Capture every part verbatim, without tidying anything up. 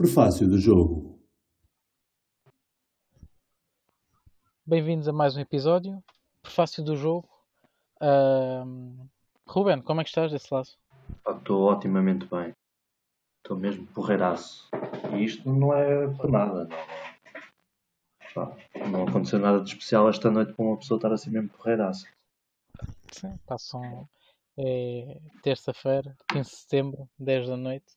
Prefácio do jogo. Bem-vindos a mais um episódio. Prefácio do jogo. Ahm, Ruben, como é que estás desse lado? Estou otimamente bem. Estou mesmo porreiraço. E isto não é por nada. Não, Pá, não aconteceu nada de especial esta noite para uma pessoa estar assim mesmo porreiraço. Sim, passam. É terça-feira, quinze de setembro, dez da noite.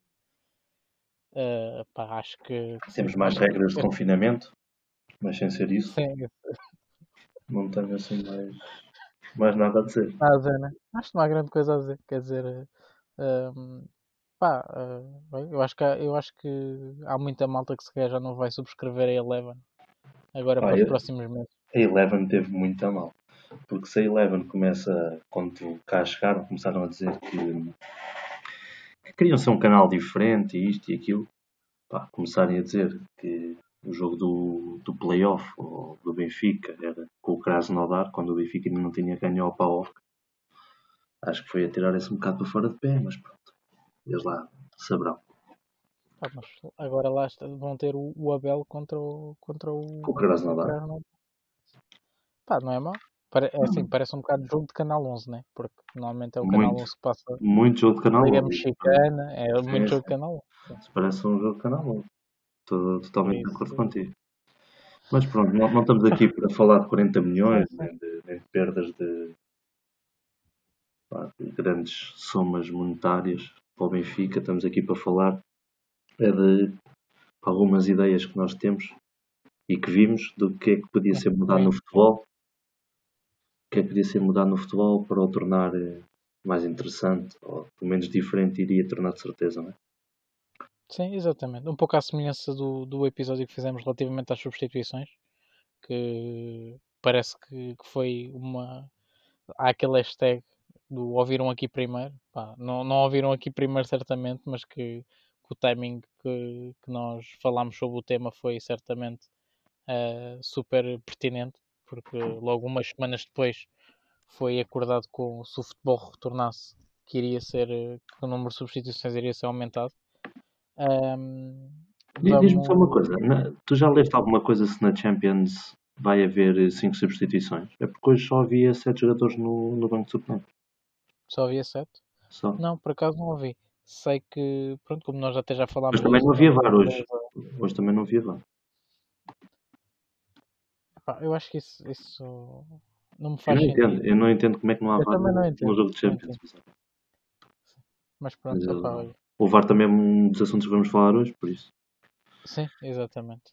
Ah, pá, acho que. Temos mais acho que- regras de confinamento, mas sem ser isso, Sim, não tenho assim mais, mais nada a dizer. nada a dizer, né? Acho que não há grande coisa a dizer. Quer dizer, ahm, pá, ah, bem, eu acho que, há- eu acho que há muita malta que se calhar já não vai subscrever a Eleven agora Pá, para os eu- próximos meses. a Eleven teve muito a mal. Porque se a Eleven começa, quando cá chegaram, começaram a dizer que, que queriam ser um canal diferente e isto e aquilo, pá, começarem a dizer que o jogo do, do play-off ou do Benfica era com o Krasnodar, quando o Benfica ainda não tinha ganho ao PAOK. Acho que foi a tirar esse um bocado para fora de pé, mas pronto, eles lá saberão. Pá, mas agora lá está- vão ter o, o Abel contra o, contra Com o o, o Krasnodar. Krasnodar. Pá, não é mau. Pare- é assim, parece um bocado de jogo de Canal onze, né? Porque normalmente é o Canal Muito, onze que passa muito jogo de canal Liga onze. Mexicana, é muito Sim, jogo de sim. Canal onze. Isso parece um jogo de canal onze. Estou Por totalmente de acordo isso, contigo. Mas pronto, não, não estamos aqui para falar de quarenta sim, milhões, sim. nem de, nem de perdas de, pá, de grandes somas monetárias para o Benfica. Estamos aqui para falar é de algumas ideias que nós temos e que vimos do que é que podia ser mudado no Bem, futebol, o que é que podia ser mudado no futebol para o tornar eh, mais interessante, ou pelo menos diferente, iria tornar de certeza, não é? sim, exatamente. Um pouco à semelhança do, do episódio que fizemos relativamente às substituições, que parece que, que foi uma. Há aquele hashtag do ouviram aqui primeiro. Pá, não, não ouviram aqui primeiro, certamente, mas que, que o timing que, que nós falámos sobre o tema foi certamente eh, super pertinente, porque logo umas semanas depois foi acordado com se o futebol retornasse que iria ser eh, que o número de substituições iria ser aumentado. Ahm, Diz- Diz-me só uma vamos. coisa, na- tu já leste alguma coisa se na Champions vai haver eh, cinco substituições? É porque hoje só havia sete jogadores no, no banco de suplentes. Só havia sete? Só. Não, por acaso não ouvi. Sei que, pronto, como nós até já Mas falámos também disso não na havia Liga VAR hoje. Inglesa. Hoje também não havia VAR. Pá, eu acho que isso, isso não me Eu faz não entendo, sentido. eu não entendo como é que não há Eu VAR também não no, no entendo. jogo de Não Champions. entendo. Mas Mas, pronto, opá, eh, olha. o VAR também é um dos assuntos que vamos falar hoje, por isso. Sim, exatamente.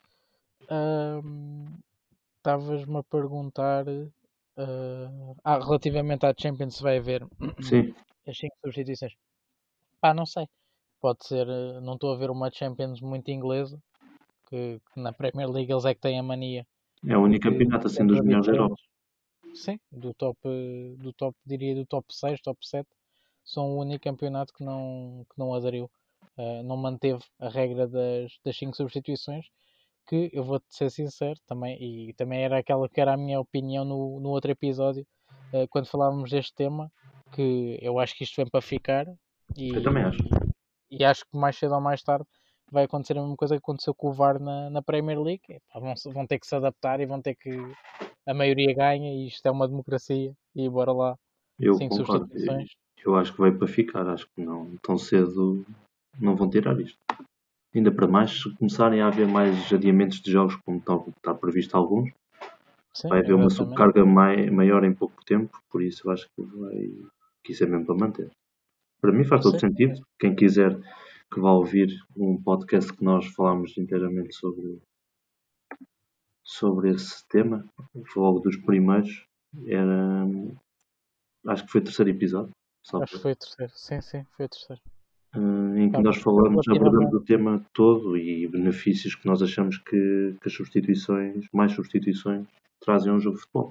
Ahm, Estavas-me a perguntar. ah, ah, relativamente à Champions, se vai haver Sim, as cinco substituições. Pá, não sei. Pode ser. eh, Não estou a ver uma Champions muito inglesa. Que, que na Premier League eles é que têm a mania é o de único que campeonato assim dos contra melhores da Europa. diferentes. Sim, do top, eh, do top, diria do top seis, top sete, são o único campeonato que não, que não aderiu. Eh, não manteve a regra das, das cinco substituições, que eu vou-te ser sincero também, e também era aquela que era a minha opinião no, no outro episódio, eh, quando falávamos deste tema, que eu acho que isto vem para ficar Eu também acho. e, e acho que mais cedo ou mais tarde vai acontecer a mesma coisa que aconteceu com o VAR na, na Premier League. Epá, vão, vão ter que se adaptar e vão ter que a maioria ganha e isto é uma democracia e bora lá, Eu cinco concordo. Eu, substituições. eu acho que veio para ficar. Acho que não tão cedo não vão tirar isto. Ainda para mais se começarem a haver mais adiamentos de jogos, como está, está previsto alguns, Sim, vai haver uma exatamente. subcarga mai, maior em pouco tempo, por isso eu acho que, vai, que isso é mesmo para manter. Para mim faz todo Sim, sentido. Quem quiser que vá ouvir um podcast que nós falámos inteiramente sobre, sobre esse tema, foi logo dos primeiros, era, acho que foi o terceiro episódio, só acho que foi o terceiro. Sim, sim, foi o terceiro. eh, em que Pá, nós mas falamos, abordamos relativamente. o tema todo e benefícios que nós achamos que, que as substituições, mais substituições, trazem ao jogo de futebol.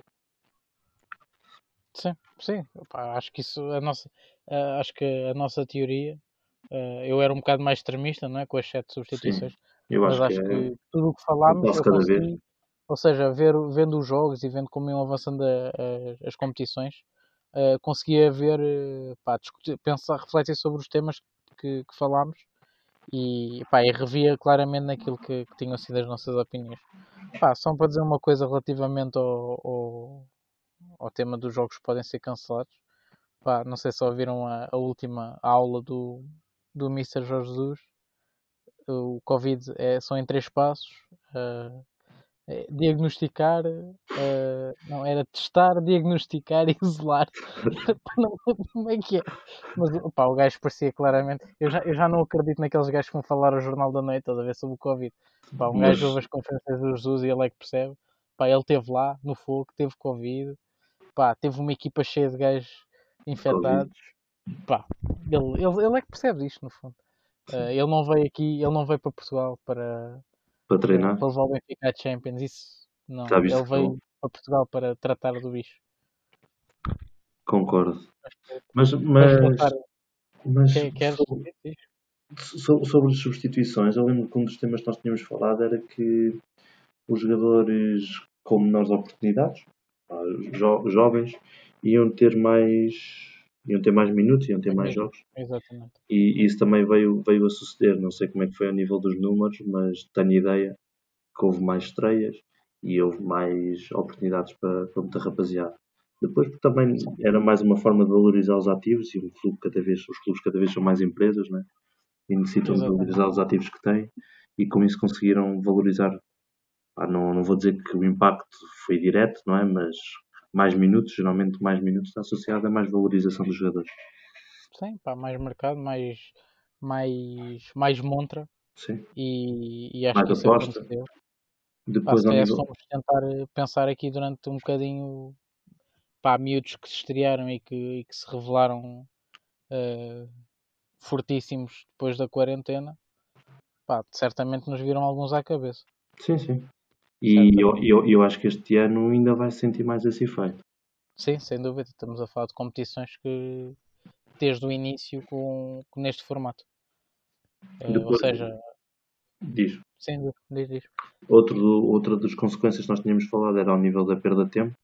Sim, sim. Pá, acho que isso, a nossa, ah, acho que a nossa teoria, ah, eu era um bocado mais extremista, não é? Com as sete Sim, substituições, eu mas acho que acho é que tudo o que um falámos passo eu cada vez. consegui, ou seja, ver, vendo os jogos e vendo como iam avançando a- a- as competições, ah, conseguia ver, eh, pá, discutir, pensar, refletir sobre os temas que, que falámos e, pá, e revia claramente naquilo que, que tinham sido as nossas opiniões. Pá, só para dizer uma coisa relativamente ao, ao, ao tema dos jogos que podem ser cancelados. Pá, não sei se ouviram a, a última aula do, do mister Jorge Jesus. O Covid é, são em três passos. Uh, é diagnosticar, uh, não, era testar, diagnosticar e isolar. Não lembro como é que é. Mas opá, o gajo parecia claramente. Eu já, eu já não acredito naqueles gajos que vão falar ao Jornal da Noite, estás a ver, sobre o Covid. Pá, um gajo ouve Mas, as conferências do Jesus e ele é que percebe. Pá, ele esteve lá, no fogo, teve Covid. Pá, teve uma equipa cheia de gajos Covid, infectados. Pá, ele, ele, ele é que percebe isto, no fundo. Uh, ele não veio aqui, ele não veio para Portugal para, para para, treinar, para levar o Benfica à Champions. Isso já não. viste Ele que não, veio para Portugal para tratar do bicho. concordo. Mas, Mas, mas mas, voltar. mas Quer, queres? sobre, so- sobre as substituições, eu lembro que um dos temas que nós tínhamos falado era que os jogadores com menores oportunidades, pá, jo- jovens, iam ter mais iam ter mais minutos, iam ter mais jogos. Exatamente. E isso também veio, veio a suceder. Não sei como é que foi a nível dos números, mas tenho ideia que houve mais estreias e houve mais oportunidades para, para muita rapaziada. Depois, porque também era mais uma forma de valorizar os ativos e um clube cada vez, os clubes cada vez são mais empresas, né? E necessitam de Exatamente. valorizar os ativos que têm e com isso conseguiram valorizar. Ah, não, não vou dizer que o impacto foi direto, não é? Mas mais minutos, geralmente mais minutos está associado a mais valorização dos jogadores. Sim, pá, mais mercado, mais, mais, mais montra. Sim. E, e acho Mais que isso aposta. aconteceu. Pá, Depois se ao calhar se nível. formos tentar eh, pensar aqui durante um bocadinho, pá, miúdos que se estrearam e que, e que se revelaram uh, fortíssimos depois da quarentena, pá, certamente nos viram alguns à cabeça. Sim, sim. E eu, Certamente. eu, eu acho que este ano ainda vai sentir mais esse efeito. Sim, sem dúvida. Estamos a falar de competições que desde o início com, com neste formato. Uh, ou Depois, seja, diz. sem dúvida, diz, diz. Outro do, outra das consequências que nós tínhamos falado era ao nível da perda de tempo,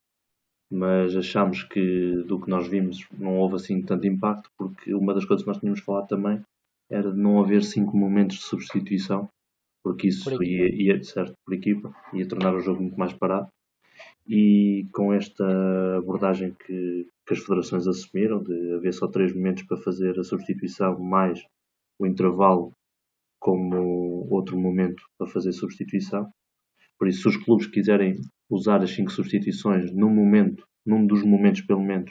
mas achámos que do que nós vimos não houve assim tanto impacto, porque uma das coisas que nós tínhamos falado também era de não haver cinco momentos de substituição, porque Por isso equipa. ia, ia certo, por equipa, ia tornar o jogo muito mais parado. E com esta abordagem que, que as federações assumiram, de haver só três momentos para fazer a substituição, mais o intervalo como outro momento para fazer substituição. Por isso, se os clubes quiserem usar as cinco substituições num momento, num dos momentos pelo menos,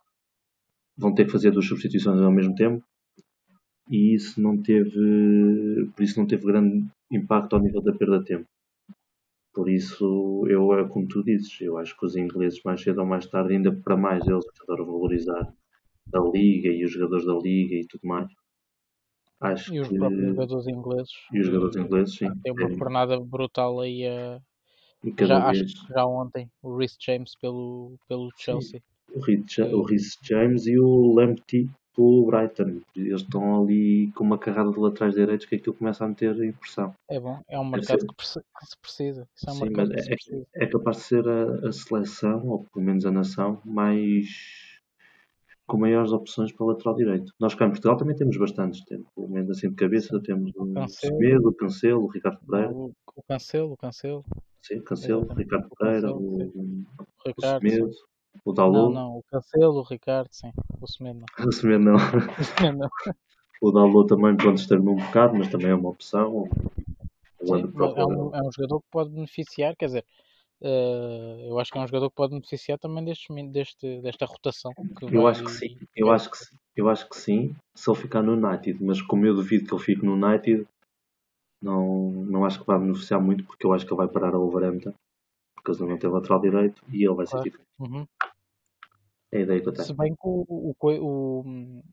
vão ter que fazer duas substituições ao mesmo tempo. E isso não teve, por isso não teve grande impacto ao nível da perda de tempo. Por isso, eu é como tu dizes, eu acho que os ingleses mais cedo ou mais tarde, ainda para mais eles que adoram valorizar a liga e os jogadores da liga e tudo mais. Acho E os que próprios jogadores ingleses e os jogadores uh, ingleses sim, têm uma querem fornada brutal aí a. e cada Já, acho vez que já ontem, o Reece James pelo, pelo sim, Chelsea. o Rhys o Que Rhys James e o Lamptey pelo Brighton. Eles estão ali com uma carrada de laterais direitos que aquilo começa a meter impressão. é bom, é um Deve mercado ser, que, que se precisa. Isso é um sim, mas mercado que se é, precisa. é capaz de ser a, a seleção, ou pelo menos a nação, mais com maiores opções para o lateral direito. Nós cá em Portugal também temos bastantes, temos, pelo menos assim de cabeça, Sim. temos O o Cancelo, Semedo, o Cancelo, o Ricardo Pereira, o, o Cancelo, o Cancelo, sim, o Cancelo, o exatamente. Ricardo O Pereira, Cancelo, sim. o, O o Ricardo, sim. Semedo, o Não, Dalot, não, o Cancelo, o Ricardo, sim. O Semedo não. o Semedo não, O Semedo não. o Dalot também pode estar num bocado, mas também é uma opção, o Sim, ano mas é próprio, um, é um jogador que pode beneficiar, quer dizer, eh, eu acho que é um jogador que pode beneficiar também destes, min- deste, desta rotação que eu vai, acho que sim, que eu vai acho que, sim- eu acho que sim, se ele ficar no United, mas como eu duvido que ele fique no United, não, não acho que vai beneficiar muito, porque eu acho que ele vai parar a Wolverhampton, porque eles não têm lateral direito e ele vai ser claro. titular. Uhum. É a ideia que eu Se tenho. bem que o, o, coi- o,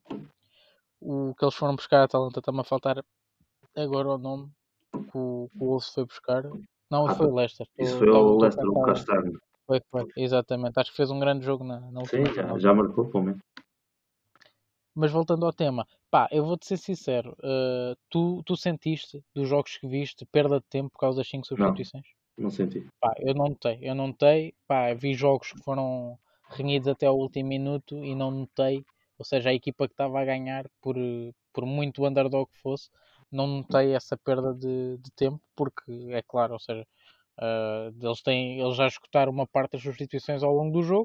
o que eles foram buscar a Atalanta está-me a faltar agora o nome que o, que o Wolves foi buscar. Não, Ah, foi tá. o Leicester. Isso Estou foi estou- ao estou a Leicester, o pensar. Castanho. Foi, foi, exatamente. Acho que fez um grande jogo na, na Sim, última já, jornada. já marcou, pelo menos. Mas voltando ao tema, pá, eu vou-te ser sincero. eh, tu, tu sentiste dos jogos que viste perda de tempo por causa das cinco Não, substituições? não senti. Pá, eu não notei. Eu não notei. Pá, vi jogos que foram renhidos até ao último minuto e não notei. Ou seja, a equipa que estava a ganhar, por, por muito underdog que fosse, não notei essa perda de, de tempo, porque é claro, ou seja, uh, eles, têm, eles já escutaram uma parte das substituições ao longo do jogo.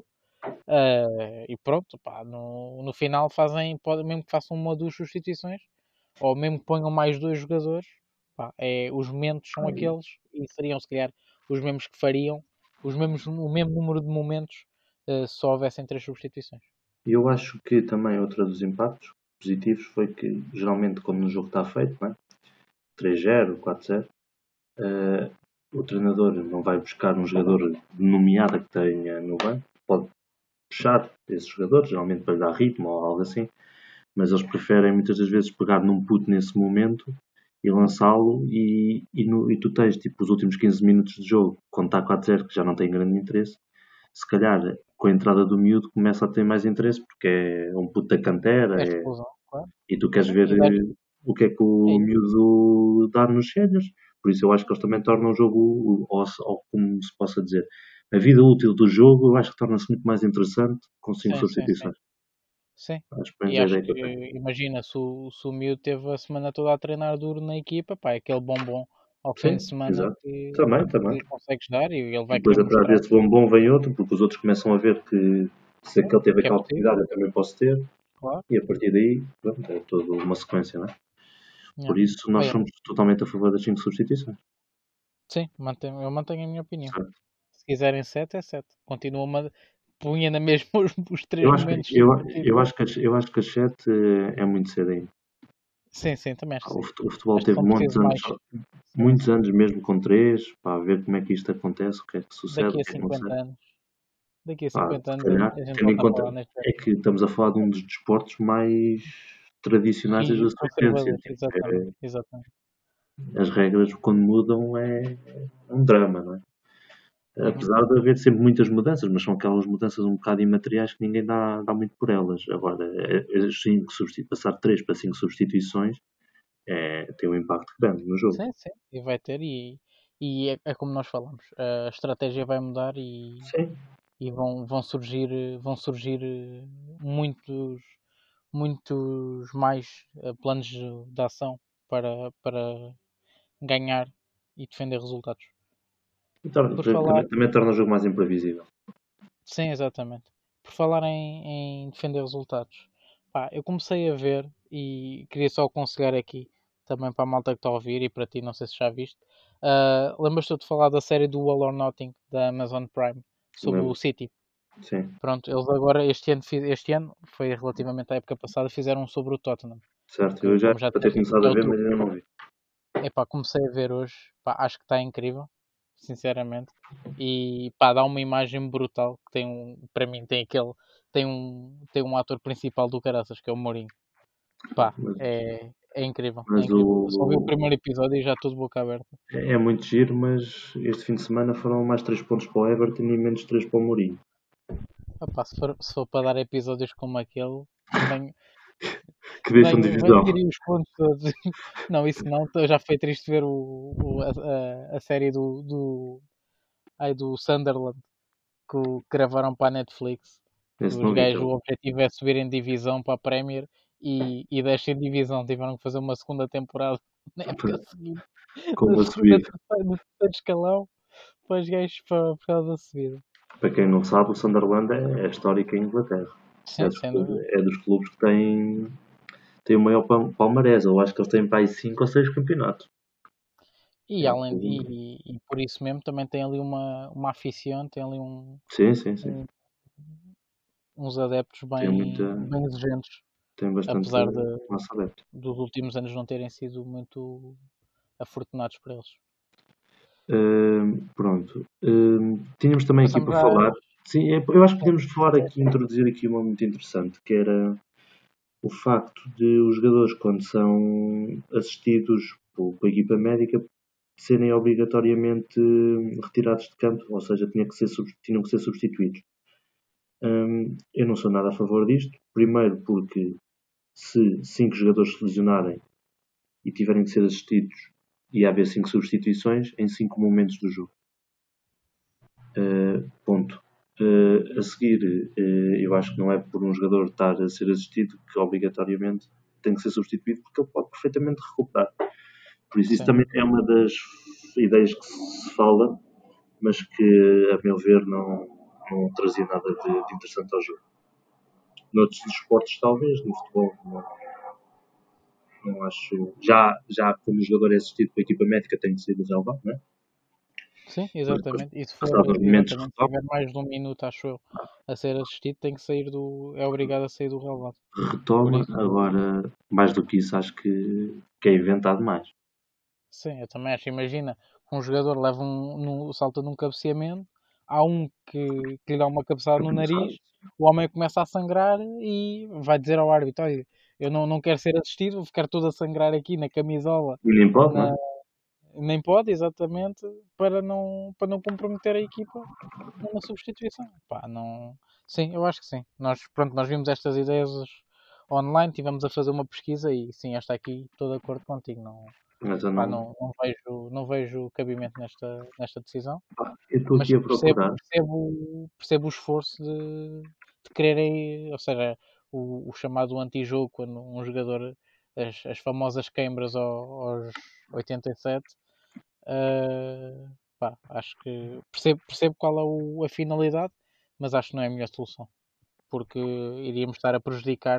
Uh, e pronto, pá, no, no final fazem, pode, mesmo que façam uma ou duas substituições, ou mesmo que ponham mais dois jogadores, pá, é, os momentos são aqueles e seriam se calhar os mesmos que fariam os mesmos, o mesmo número de momentos uh, se só houvessem três substituições. Eu acho que também outro dos impactos positivos foi que geralmente quando um jogo está feito, não é? três zero, quatro zero, uh, o treinador não vai buscar um jogador nomeado que tenha no banco, pode puxar esse jogador, geralmente para lhe dar ritmo ou algo assim, mas eles preferem muitas das vezes pegar num puto nesse momento e lançá-lo e, e, no, e tu tens tipo os últimos quinze minutos de jogo, quando está quatro zero, que já não tem grande interesse, se calhar com a entrada do miúdo começa a ter mais interesse porque é um puto da cantera É é, explosão, claro. e tu queres Sim, ver e vais, eh, o que é que o é, miúdo dá nos séniores. Por isso eu acho que eles também tornam o jogo, ou, ou como se possa dizer, a vida útil do jogo eu acho que torna-se muito mais interessante com cinco sim, sim, sim. substituições. Sim. Acho que pelo E menos é a acho ideia que, que eu tenho. imagina, se o, se o miúdo teve a semana toda a treinar duro na equipa, pá, é aquele bombom ao fim de Sim, semana exato. que, Também, que também. lhe consegues dar e ele E vai depois querer atrás mostrar desse bombom vem outro, porque os outros começam a ver que se sim, aquele teve que é aquela possível, oportunidade eu também posso ter. claro. E a partir daí, pronto, é toda uma sequência, não é? Yeah. Por isso nós Olha, somos totalmente a favor das cinco substituições. sim, mantenho, eu mantenho a minha opinião. Certo? Se quiserem sete, é sete. Continua uma. Punha na mesma os, os três Eu acho que, momentos eu, eu substitutivos. acho que, as- eu acho que as sete é muito cedo ainda. Sim, sim, também acho que O sim. fut- o futebol Acho que teve são muitos precisos anos, mais. só- Sim, muitos sim. anos mesmo com três, para ver como é que isto acontece, o que é que sucede, Daqui o a que é que não cinquenta sucede. anos. Daqui a Pá, cinquenta se anos calhar, a gente tendo em volta a conta falar neste é assunto. que estamos a falar de um dos desportos mais tradicionais desde E a sua essência. conservador, Tipo, exatamente, é- exatamente. as regras, quando mudam, é um drama, não é? Uhum. Apesar de haver sempre muitas mudanças, mas são aquelas mudanças um bocado imateriais que ninguém dá, dá muito por elas. Agora, é- é cinco substitu- passar três para cinco substituições é, tem um impacto grande no jogo. Sim, sim, e vai ter, e, e é, é como nós falamos, a estratégia vai mudar e, Sim. e vão, vão surgir, vão surgir eh, muitos, muitos mais eh, planos de ação para, para ganhar e defender resultados. E torna- Por falar, também, também torna o jogo mais imprevisível. sim, exatamente. Por falar em, em defender resultados, pá, eu comecei a ver e queria só aconselhar aqui também para a malta que está a ouvir e para ti, não sei se já viste. Uh, Lembras-te de falar da série do All or Nothing da Amazon Prime sobre o Lembro. City? Sim, Pronto, eles agora este ano, fiz- este ano foi relativamente à época passada, fizeram um sobre o Tottenham, certo. que Eu já como já vou tinha ter dito, começado é a o ver, teu. mas ainda não vi. Epá, comecei a ver hoje, pá, acho que está incrível, sinceramente. E pá, dá uma imagem brutal que tem um, para mim tem aquele, tem um, tem um ator principal do caraças, que é o Mourinho. Pá, Mas, é, é incrível, é mas incrível. Eu só vi o o, primeiro episódio e já estou de boca aberta. é é muito giro, mas este fim de semana foram mais três pontos para o Everton e menos três para o Mourinho. Opá, se for, se for para dar episódios como aquele, venho, Que deixam venho, venho divisão. tirar os pontos todos. Não, isso não, tô- já foi triste ver o, o- a, a, a série do, do, ai, do Sunderland que, o- que gravaram para a Netflix. Que Esse os não vi gajos, também. o objetivo é subir em divisão para a Premier e, e desce em divisão. Tiveram que fazer uma segunda temporada na época seguinte, da Como a segunda, subir. terceira, no terceiro escalão, para os gajos para, por causa da subida. Para quem não sabe, o Sunderland é, é histórico em Inglaterra. É Sim, dos, sem clubes, dúvida. é dos clubes que têm, têm o maior pal- palmarés. Eu acho que eles têm para aí cinco ou seis campeonatos. E, É um além, clube. e, e por isso mesmo também tem ali uma, uma afición, tem ali um, Sim, sim, sim. um- uns adeptos Tem bem, muita. bem exigentes, Tem bastante apesar de, massa adepta. dos últimos anos não terem sido muito afortunados para eles. Hum, pronto. Hum, tínhamos também aqui Passamos para à. falar. Sim, é- eu acho que podemos falar aqui, introduzir aqui uma muito interessante, que era o facto de os jogadores, quando são assistidos por- pela equipa médica, serem obrigatoriamente hum, retirados de campo, ou seja, tinha que ser, sub- tinham que ser substituídos. Hum, eu não sou nada a favor disto. Primeiro porque se cinco jogadores se lesionarem e tiverem de ser assistidos, ia haver cinco substituições em cinco momentos do jogo. Uh, ponto. Uh, a seguir, uh, eu acho que não é por um jogador estar a ser assistido que obrigatoriamente tem que ser substituído, porque ele pode perfeitamente recuperar. Por isso, isso Sim. também é uma das ideias que se fala, mas que, a meu ver, não, não trazia nada de, de interessante ao jogo. Noutros desportos, talvez, no futebol, não, não acho. Já, já como jogador é assistido pela equipa médica, tem de ser relevado, não é? Sim, Mas depois, exatamente. E se for, passados os momentos, exatamente, se retoma, tiver mais de um minuto, acho eu, a ser assistido, tem que sair do. É obrigado a sair do relevado. Por retoma. isso, Agora, mais do que isso, acho que, que é inventado mais. sim, eu também acho. Imagina, um jogador leva um, num, salta num cabeceamento, há um que, que lhe dá uma cabeçada no nariz, o homem começa a sangrar e vai dizer ao árbitro: olha, eu não, não quero ser assistido, vou ficar todo a sangrar aqui na camisola, E nem pode, não na, é? nem pode, exatamente, para não, para não comprometer a equipa numa substituição. Pá, não... Sim, eu acho que sim. Nós, pronto, nós vimos estas ideias online, tivemos a fazer uma pesquisa e sim, esta aqui estou de acordo contigo. Não, Mas eu pá, não. não, não vejo, não vejo cabimento nesta, nesta decisão, Pá, eu estou mas aqui a percebo, procurar. percebo, percebo o esforço de, de quererem, ou seja, o, o chamado antijogo, quando um jogador, as, as famosas queimbras ao- aos oitenta e sete, uh, pá, acho que percebo, percebo qual é o- a finalidade, mas acho que não é a melhor solução, porque iríamos estar a prejudicar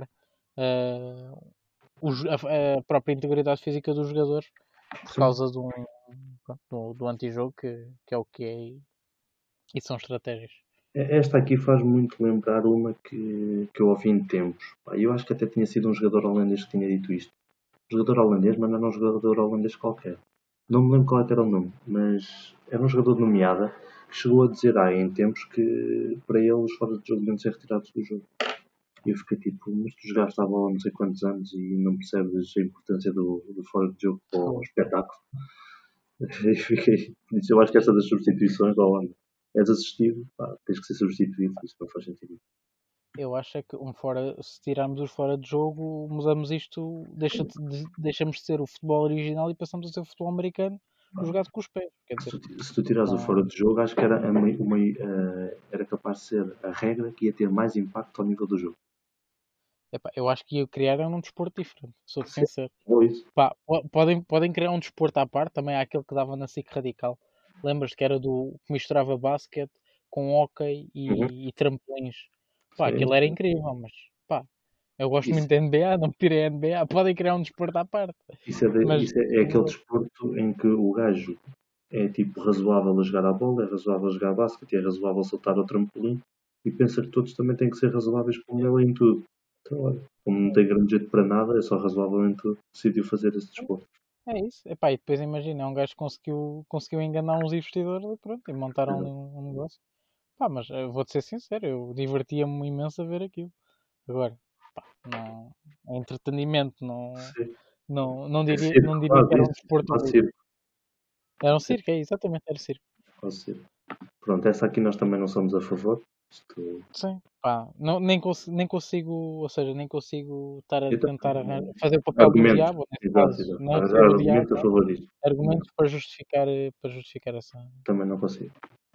uh, os- a, a própria integridade física dos jogadores por Sim. causa de um, pronto, do, do antijogo, que, que é o que é, e, e são estratégias. Esta aqui faz muito lembrar uma que, que eu ouvi em tempos. Pá, eu acho que até tinha sido um jogador holandês que tinha dito isto. Um jogador holandês, mas não era um jogador holandês qualquer. Não me lembro qual era o nome, mas era um jogador de nomeada que chegou a dizer há em tempos que para ele os fora de jogo deviam ser retirados do jogo. E eu fiquei tipo, mas tu jogaste a bola há não sei quantos anos e não percebes a importância do, do fora de jogo para o espetáculo. E fiquei, disse, eu acho que esta das substituições da Holanda, és assistido, pá, tens que ser substituído, isso não faz sentido. Eu acho é que um fora, se tirarmos os fora de jogo, mudamos isto, deixa de, deixamos de ser o futebol original e passamos a ser o futebol americano jogado com os pés. Quer Se dizer, tu, se tu tirares o fora não, de jogo, acho que era, a mei- uma, eh, era capaz de ser a regra que ia ter mais impacto ao nível do jogo. epá, eu acho que ia criar um desporto diferente, sou-te Sim, sincero. ou isso. Pá, po- podem, podem criar um desporto à parte, também há aquele que dava na SIC Radical. Lembras que era do que misturava basquete com hóquei Uhum. e, e trampolins. Pá, Sim, aquilo era sim. incrível, mas pá, eu gosto Isso, muito de N B A, não me tirei a N B A, podem criar um desporto à parte. isso, é, de- Mas isso é, é aquele desporto em que o gajo é tipo razoável a jogar a bola, é razoável a jogar basquete, é razoável a saltar ao trampolim e pensa que todos também têm que ser razoáveis como ele em tudo. Então, olha, como não tem grande jeito para nada, é só razoável em tudo, decidiu fazer esse desporto. é isso. Epá, e depois imagina, um gajo conseguiu, conseguiu enganar uns investidores e pronto, e montaram ali Exato. um, um negócio. Pá, mas eu vou-te ser sincero, eu divertia-me imenso a ver aquilo. Agora, pá, não, é entretenimento, não, Sim. não, não É diria, não circo, diria que quase era um isso. desporto Quase olímpico. circo. Era um Sim, circo, é exatamente, era circo. quase circo. Pronto, essa aqui nós também não somos a favor. Isto, Sim, pá, não, nem, cons nem consigo, ou seja, nem consigo estar a eu tentar também, arran- fazer o papel do argumento. diabo, neste Exato, caso, exato. não ser Arranjar o diabo, argumento a né? favor disto. Não, Argumentos para justificar, eh, para justificar essa. também não consigo.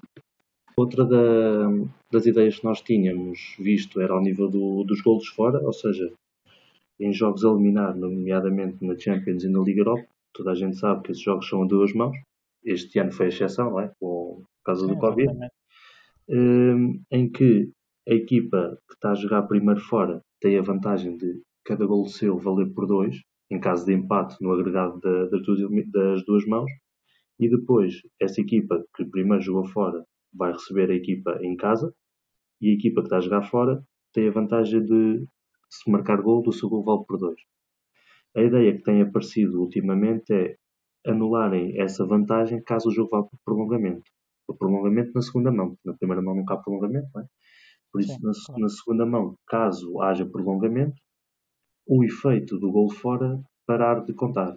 Outra da- das ideias que nós tínhamos visto era ao nível do- dos golos fora, ou seja, em jogos a eliminar, nomeadamente na Champions e na Liga Europa. Toda a gente sabe que esses jogos são a duas mãos. Este ano foi a exceção, não é? Por causa do Sim, Covid. exatamente. Hum, em que a equipa que está a jogar primeiro fora tem a vantagem de cada gol seu valer por dois, em caso de empate no agregado da- das, duas, das duas mãos, e depois essa equipa que primeiro jogou fora vai receber a equipa em casa, e a equipa que está a jogar fora tem a vantagem de, se marcar gol, o seu gol vale por dois. A ideia que tem aparecido ultimamente é anularem essa vantagem caso o jogo vá para o prolongamento. O prolongamento na segunda mão. Na primeira mão nunca há prolongamento, não é? Por Sim, isso, na, claro. na segunda mão, caso haja prolongamento, o efeito do gol fora parar de contar.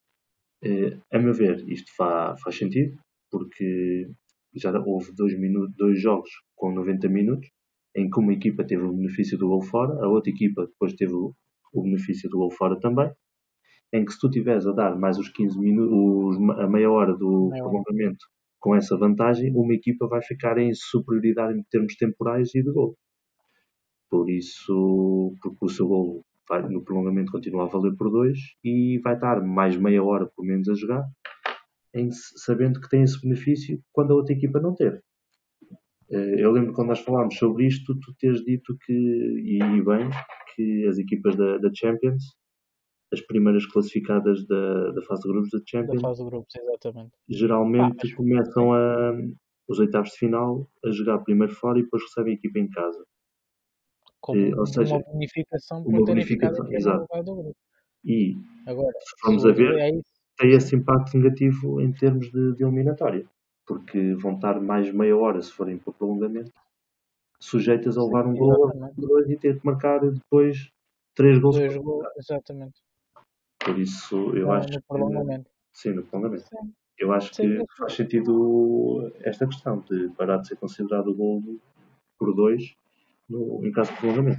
Eh, a meu ver, isto fa- faz sentido, porque já houve dois, minutos, dois jogos com noventa minutos, em que uma equipa teve o benefício do gol fora, a outra equipa depois teve o, o benefício do gol fora também, em que se tu estiveres a dar mais os quinze minutos, a meia hora do Maior. prolongamento com essa vantagem, uma equipa vai ficar em superioridade em termos temporais e de gol. Por isso, porque o seu gol vai, no prolongamento continua a valer por dois e vai estar mais meia hora, pelo menos, a jogar, em, sabendo que tem esse benefício quando a outra equipa não ter. Eu lembro quando nós falámos sobre isto, tu teres dito que, e bem, que as equipas da, da Champions, as primeiras classificadas da, da fase de grupos da Champions, da fase de grupos, exatamente. geralmente Pá, começam a, os oitavos de final a jogar primeiro fora e depois recebem a equipa em casa. Como Ou seja, uma bonificação por uma terem ficado bonificação, em primeiro exato. lugar do grupo. E Agora, se se formos a os ver, é isso, tem sim. esse impacto negativo em termos de, de eliminatória, porque vão estar mais meia hora se forem para o prolongamento, sujeitas a Sim, levar um gol exatamente. dois e ter que marcar depois três gols Dois para gols, marcar. exatamente. Por isso, eu No, acho no que prolongamento. sim, no prolongamento. Sim, Eu acho sim, que isso. faz sentido esta questão de parar de ser considerado o gol por dois no, em caso de prolongamento.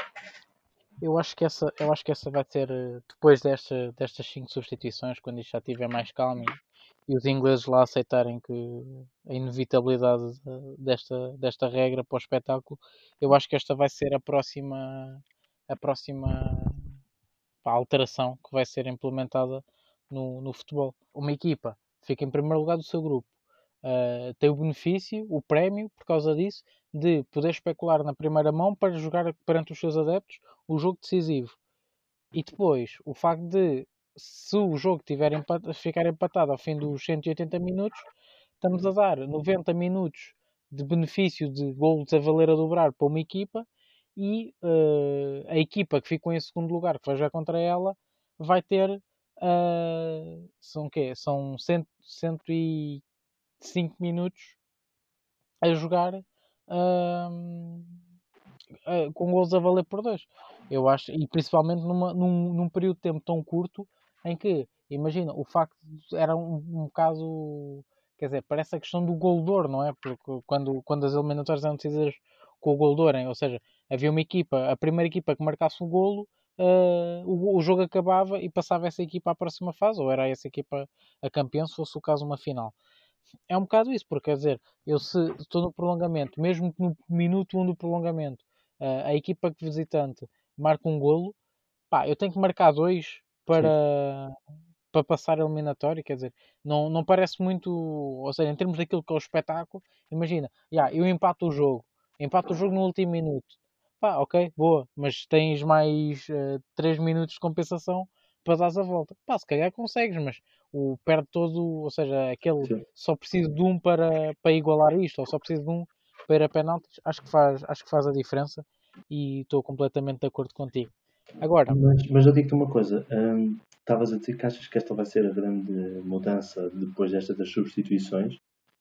Eu acho que essa, eu acho que essa vai ser eh, depois desta, destas cinco substituições, quando isto já estiver mais calmo e, e os ingleses lá aceitarem que a inevitabilidade de- desta, desta regra para o espetáculo, eu acho que esta vai ser a próxima, a próxima pá, alteração que vai ser implementada no, no futebol. Uma equipa fica em primeiro lugar do seu grupo, uh, tem o benefício, o prémio, por causa disso, de poder especular na primeira mão para jogar perante os seus adeptos o jogo decisivo. E depois, o facto de, se o jogo tiver empat- ficar empatado ao fim dos cento e oitenta minutos, estamos a dar noventa minutos de benefício de golos a valer a dobrar para uma equipa e uh, a equipa que ficou em segundo lugar, que vai jogar contra ela, vai ter uh, são quê? São cem, cento e cinco minutos a jogar uh, uh, com gols a valer por dois. Eu acho, e principalmente numa, num, num período de tempo tão curto em que, imagina, o facto de, era um, um caso, quer dizer, parece a questão do gol de ouro, não é? Porque quando, quando as eliminatórias eram decididas com o gol de ouro, hein? Ou seja, havia uma equipa, a primeira equipa que marcasse o golo, uh, o, o jogo acabava e passava essa equipa à próxima fase, ou era essa equipa a campeã, se fosse o caso uma final. É um bocado isso, porque quer dizer, eu se estou no prolongamento, mesmo que no minuto um do prolongamento uh, a equipa visitante marca um golo, pá, eu tenho que marcar dois Sim. para, para passar a eliminatória, quer dizer, não, não parece muito, ou seja, em termos daquilo que é o espetáculo, imagina, yeah, eu empato o jogo, empato o jogo no último minuto, pá, ok, boa, mas tens mais uh, três minutos de compensação para dar a volta, pá, se calhar consegues, mas o perde todo, ou seja, aquele Sim. só preciso de um para, para igualar isto, ou só preciso de um para ir a penaltis, acho que faz, acho que faz a diferença e estou completamente de acordo contigo. Agora, Mas, mas eu digo-te uma coisa. hum, Estavas a dizer que achas que esta vai ser a grande mudança depois desta das substituições.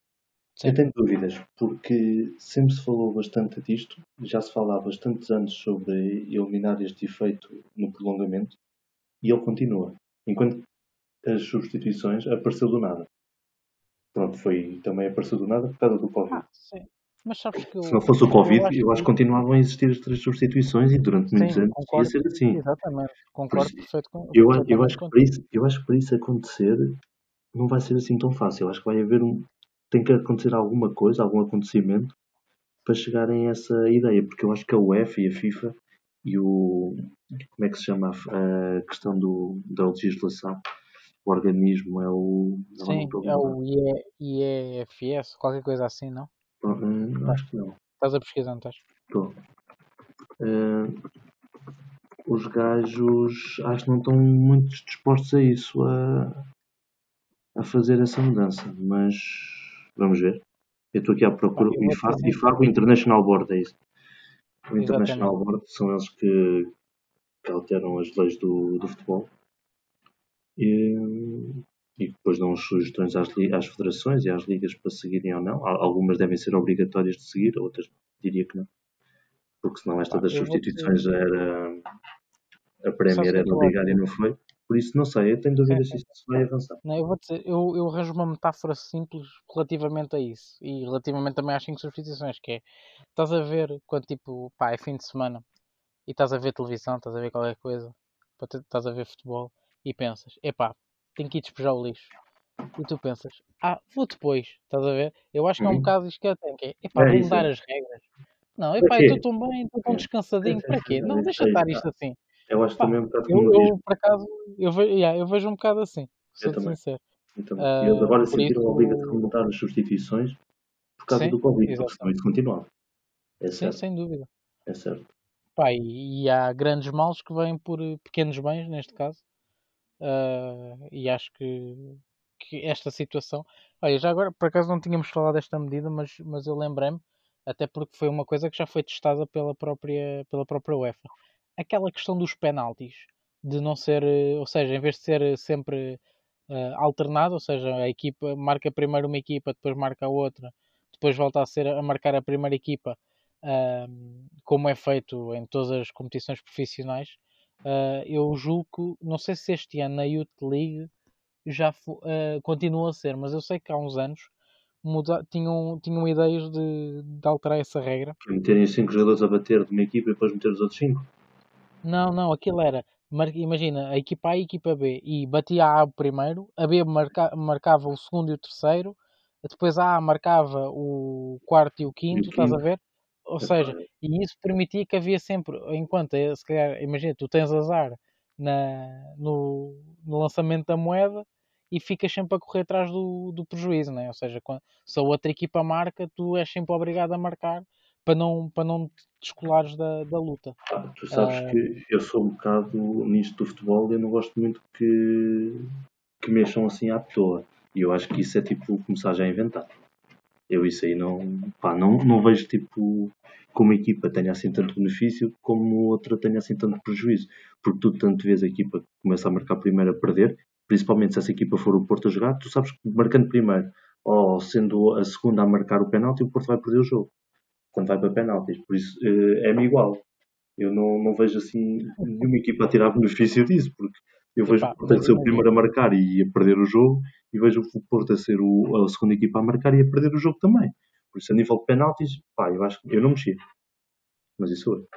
Eu sim, tenho dúvidas, porque sempre se falou bastante disto, já se fala há bastantes anos sobre eliminar este efeito no prolongamento, e ele continua. Enquanto as substituições apareceu do nada. Pronto, foi também apareceu do nada por causa do Covid. ah, sim, mas sabes que Se não eu, fosse o eu Covid, acho eu acho que que continuavam a existir as três substituições e durante muitos sim, anos ia concordo, ser assim. exatamente, Por concordo isso, perfeito, com- eu, a- eu, perfeitamente acho que para contigo. isso, eu acho que para isso acontecer não vai ser assim tão fácil. Eu acho que vai haver um. Tem que acontecer alguma coisa, algum acontecimento para chegarem a essa ideia, porque eu acho que a UEFA e a FIFA e o. Como é que se chama a, a questão do, da legislação? O organismo é o. Não, não Sim, estou a é lembrar. o I E F S, qualquer coisa assim, não? Hum, Tá, acho que não. estás a pesquisar, não estás? Estou. Hum, os gajos acho que não estão muito dispostos a isso, a, a fazer essa mudança, mas vamos ver. Eu estou aqui à Pá, procura. eu O vou ser IFA, IFA, o sincero, International Board, é isso. O International exatamente. Board são eles que, que alteram as leis do, do futebol e, e depois dão as sugestões às, às federações e às ligas para seguirem ou não. Algumas devem ser obrigatórias de seguir, outras diria que não, porque senão esta Pá, das eu vou-te. substituições já era a Sabes Premier o que é era que eu obrigar e acho? não foi. Por isso não sei, eu tenho Sim, dúvidas se sim. isto vai avançar. Não, eu vou dizer, eu, eu arranjo uma metáfora simples relativamente a isso e relativamente também às cinco substituições, que é, estás a ver quando tipo, pá, é fim de semana e estás a ver televisão, estás a ver qualquer coisa, pá, tu- estás a ver futebol e pensas, epá, tenho que ir despejar o lixo. E tu pensas, ah, vou depois, estás a ver? Eu acho que é um Uhum. bocado isto que eu tenho, que é, epá, É vou isso, mudar é. as regras. Não, Para epá, eu quê? estou tão bem, estou tão É. Sim, descansadinho, sim, para sim, quê? é Não, isso, deixa é estar isso. isto Ah, assim. Eu acho Pá, também um bocado eu, como diz. eu por acaso, eu, ve, yeah, eu vejo um bocado assim, Eu sou-te também. sincero. Eu também. E eles Ah, agora por sentiram a obrigação de isso, mudar as substituições por causa sim, do Covid, porque senão exatamente. isso continuava. É Sim, certo. sem dúvida. É certo. Pá, e, e há grandes males que vêm por eh, pequenos bens, neste caso. Ah, e acho que, que esta situação. Olha, já agora, por acaso não tínhamos falado desta medida, mas, mas eu lembrei-me, até porque foi uma coisa que já foi testada pela própria, pela própria UEFA. Aquela questão dos penaltis, de não ser, eh, ou seja, em vez de ser sempre eh, alternado, ou seja, a equipa marca primeiro uma equipa, depois marca a outra, depois volta a ser a marcar a primeira equipa, ahm, como é feito em todas as competições profissionais. Uh, eu julgo que, não sei se este ano na Youth League já uh, continua a ser, mas eu sei que há uns anos muda, tinham, tinham ideias de, de alterar essa regra. Que meterem cinco jogadores a bater de uma equipa e depois meter os outros cinco. Não, não, aquilo era, mar- imagina, a equipa A e a equipa B, e batia a A primeiro, a B marca, marcava o segundo e o terceiro, depois a A marcava o quarto e o E o quinto, estás a quinto. ver? Ou Epá, seja, e isso permitia que havia sempre, enquanto, eh, se calhar, imagina, tu tens azar na, no, no lançamento da moeda e ficas sempre a correr atrás do, do prejuízo, né? Ou seja, quando, se a outra equipa marca, tu és sempre obrigado a marcar para não, para não te descolares da, da luta. pá, tu sabes Ah, que eu sou um bocado nisto do futebol e eu não gosto muito que, que mexam assim à toa. E eu acho que isso é tipo começar já a inventar. Eu isso aí não, pá, não, não vejo tipo que uma equipa tenha assim tanto benefício como outra tenha assim tanto prejuízo. Porque tu tanto vês a equipa que começa a marcar primeiro a perder, principalmente se essa equipa for o Porto a jogar, tu sabes que marcando primeiro ou sendo a segunda a marcar o penalti, o Porto vai perder o jogo quando vai para penaltis. Por isso eh, é-me igual. Eu não, não vejo assim nenhuma equipa a tirar benefício disso, porque eu vejo o epá, Porto a mas ser o primeiro a imagina, marcar e a perder o jogo, e vejo o Porto a ser o, a segunda equipa a marcar e a perder o jogo também. Por isso, a nível de penaltis, pá, eu acho que eu não mexia, mas isso foi.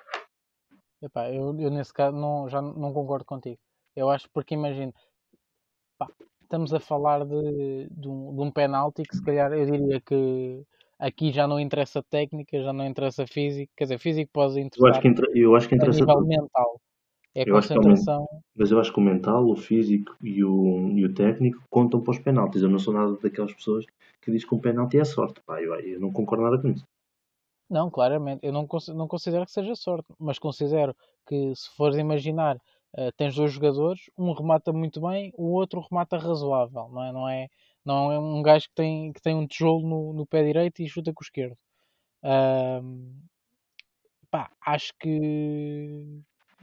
epá, eu, eu nesse caso não, já não concordo contigo. Eu acho porque imagina, pá, estamos a falar de, de, um, de um penalti que se calhar eu diria que aqui já não interessa técnica, já não interessa físico, quer dizer, físico pode Eu acho interessar, que, inter- eu acho que a interessa nível tudo. mental é Eu acho que é o men- concentração. mas eu acho que o mental, o físico e o, e o técnico contam para os penaltis. Eu não sou nada daquelas pessoas que diz que um penalti é sorte. Pá, eu, eu não concordo nada com isso. Não, claramente, eu não, cons- não considero que seja sorte, mas considero que se fores imaginar, eh, tens dois jogadores, um remata muito bem, o outro remata razoável, não é? Não é, não é um gajo que tem, que tem um tijolo no, no pé direito e chuta com o esquerdo. Ahm, pá, acho que,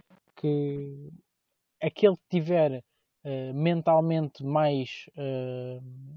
que aquele que tiver eh, mentalmente mais eh,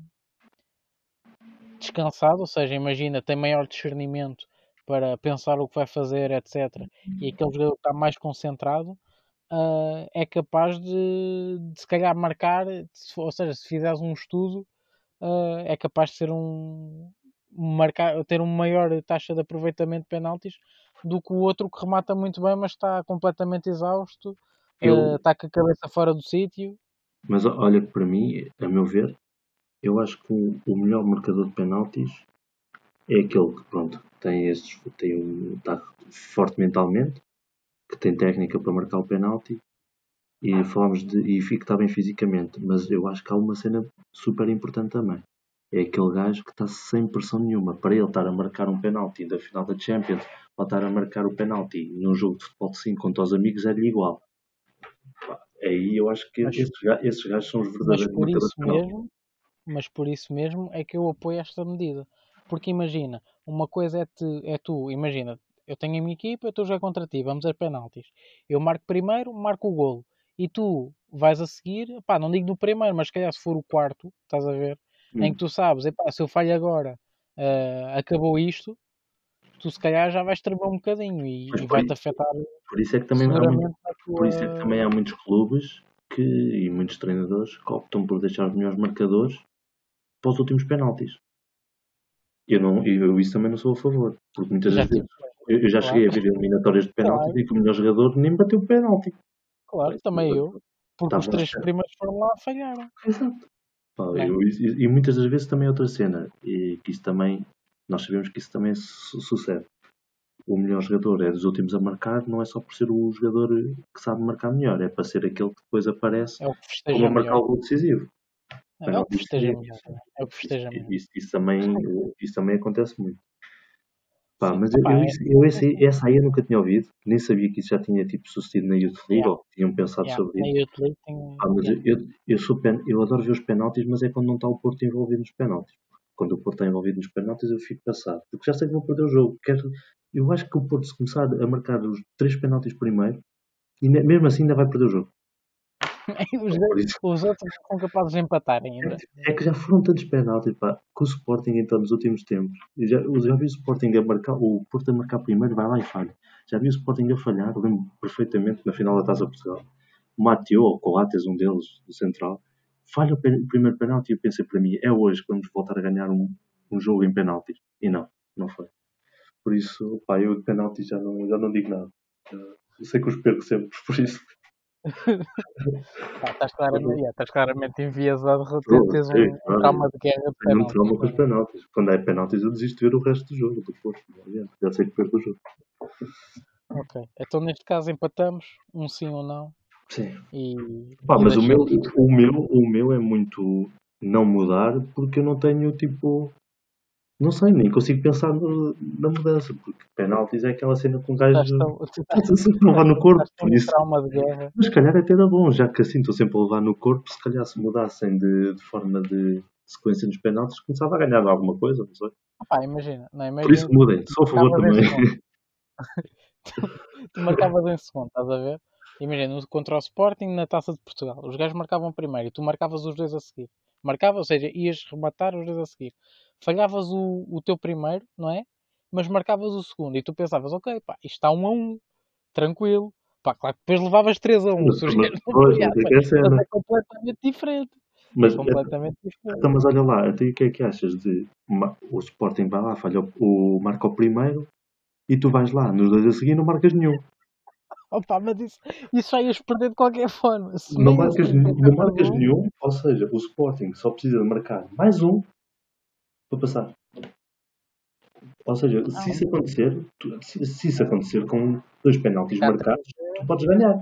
descansado, ou seja, imagina, tem maior discernimento para pensar o que vai fazer, etcétera. E aquele jogador que está mais concentrado, ah, é capaz de, de se calhar marcar, se- ou seja, se fizeres um estudo, ah, é capaz de ser um marcar, ter uma maior taxa de aproveitamento de penaltis do que o outro que remata muito bem, mas está completamente exausto, ah, Eu, está com a cabeça fora do sítio. mas olha que para mim, a meu ver, eu acho que o, o melhor marcador de penaltis é aquele que, pronto, tem esses, tem um, está forte mentalmente, que tem técnica para marcar o penalti e falamos de, e que está bem fisicamente, mas eu acho que há uma cena super importante também. É aquele gajo que está sem pressão nenhuma. Para ele estar a marcar um penalti da final da Champions ou estar a marcar o penalti num jogo de futebol de cinco contra os amigos é-lhe igual. Aí eu acho que Mas, esses, ga- esses gajos são os mas verdadeiros por marcadores isso de penalti. mesmo, mas por isso mesmo é que eu apoio esta medida. Porque imagina, uma coisa é, te, é tu, imagina, eu tenho a minha equipa, eu estou a jogar contra ti, vamos a penaltis. Eu marco primeiro, marco o golo. E tu vais a seguir, pá, não digo no primeiro, mas se calhar se for o quarto, estás a ver, em que Hum. tu sabes, epá, se eu falho agora, ah, acabou isto, tu se calhar já vais tremer um bocadinho Mas e, e por, vai-te i- afetar por isso é que também há muito, seguramente na por isso é que também tua. há muitos clubes que, e muitos treinadores que optam por deixar os melhores marcadores para os últimos penaltis. Eu, não, eu isso também não sou a favor, porque muitas Já das vezes tive, eu, eu já claro, cheguei a ver eliminatórias de penaltis claro, e que o melhor jogador nem bateu o penalti. Pá, claro, isso também eu. Porque os estava a três achar. primeiros foram lá falharam, Exato. Pá, não é? eu- e, e muitas das vezes também é outra cena, e que isso também, nós sabemos que isso também su- sucede. o melhor jogador é dos últimos a marcar, não é só por ser o jogador que sabe marcar melhor, é para ser aquele que depois aparece É o que como festeja a marcar melhor. o gol decisivo. É, Mas é não o que isso, festeja é- melhor. É o que isso, festeja melhor. isso, isso também, isso também acontece muito. Pá, Sim. mas eu, Epá, eu, é, isso- eu esse- essa aí eu nunca tinha ouvido, nem sabia que isso já tinha tipo, sucedido na Youth League, yeah, ou que tinham pensado yeah. sobre Na isso. Youth League tem. Pá, mas Yeah. eu, eu, eu, sou pen, eu adoro ver os penaltis, mas é quando não está o Porto envolvido nos penaltis. Quando o Porto está envolvido nos penaltis eu fico passado, porque já sei que vou perder o jogo. Quero, eu acho que o Porto, se começar a marcar os três penaltis primeiro, e ne- mesmo assim ainda vai perder o jogo. Os, Por isso, os outros não são capazes de empatar ainda. é que já foram tantos penaltis, pá, com o Sporting então nos últimos tempos. Eu já, eu já vi o Sporting a marcar, o Porto a marcar primeiro, vai lá e falha. Já vi o Sporting a falhar, lembro perfeitamente na final da Taça de Portugal. O Mateo, ou Coates, um deles, do Central, falha o, pen- o primeiro penalti e eu pensei para mim, é hoje que vamos voltar a ganhar um, um jogo em penaltis. E não, não foi. Por isso, pá, eu de penaltis já não, já não digo nada. Eu sei que os perco sempre, por isso. Pá, estás claramente, yeah, estás claramente enviesado, Pô, tens sim, um, um claro, trauma de guerra de tenho um penaltis. trauma com os penaltis. Quando é penaltis, eu desisto de ver o resto do jogo, do Porto. Não adianta. Já sei que perco o jogo. Ok. Então neste caso empatamos, um sim ou não. Sim. E, Pá, e mas o meu, deixamos. o meu, o meu é muito não mudar porque eu não tenho tipo. Não sei, nem consigo pensar no- na mudança, porque penaltis é aquela cena com um Tu estás gajo tão, tu estás, está sempre a levar no corpo, estás tão por um isso. trauma de guerra. Mas se calhar até era bom, já que assim estou sempre a levar no corpo, se calhar se mudassem de, de forma de sequência nos penaltis, começava a ganhar alguma coisa, não sei. Pá, imagina, não, Por isso imagina que mudem, tu sou a favor marcavas em também. segundo. Tu marcavas em segundo, estás a ver? Imagina, contra o Sporting na Taça de Portugal. Os gajos marcavam primeiro e tu marcavas os dois a seguir. Marcava, ou seja, ias rematar os dois a seguir. Falhavas o, o teu primeiro, não é? Mas marcavas o segundo e tu pensavas, ok, pá, isto está um a um, tranquilo. Pá, claro que depois levavas três a um Mas, se os mas, gajos não pois, mas é falhassem. que é a Mas cena. é completamente diferente. É Mas, completamente então, diferente. mas olha lá, até o que é que achas de ma- o Sporting vai lá, falha o, o marca o primeiro e tu vais lá, nos dois a seguir não marcas nenhum. Opa, mas isso, isso já ias perder de qualquer forma. Se Não nem marcas, assim nenhum- não ficas a marcas gol. nenhum, ou seja, o Sporting só precisa de marcar mais um para passar. Ou seja, se Não, isso acontecer, tu- se, se isso acontecer com dois penaltis já marcados, tu podes ganhar.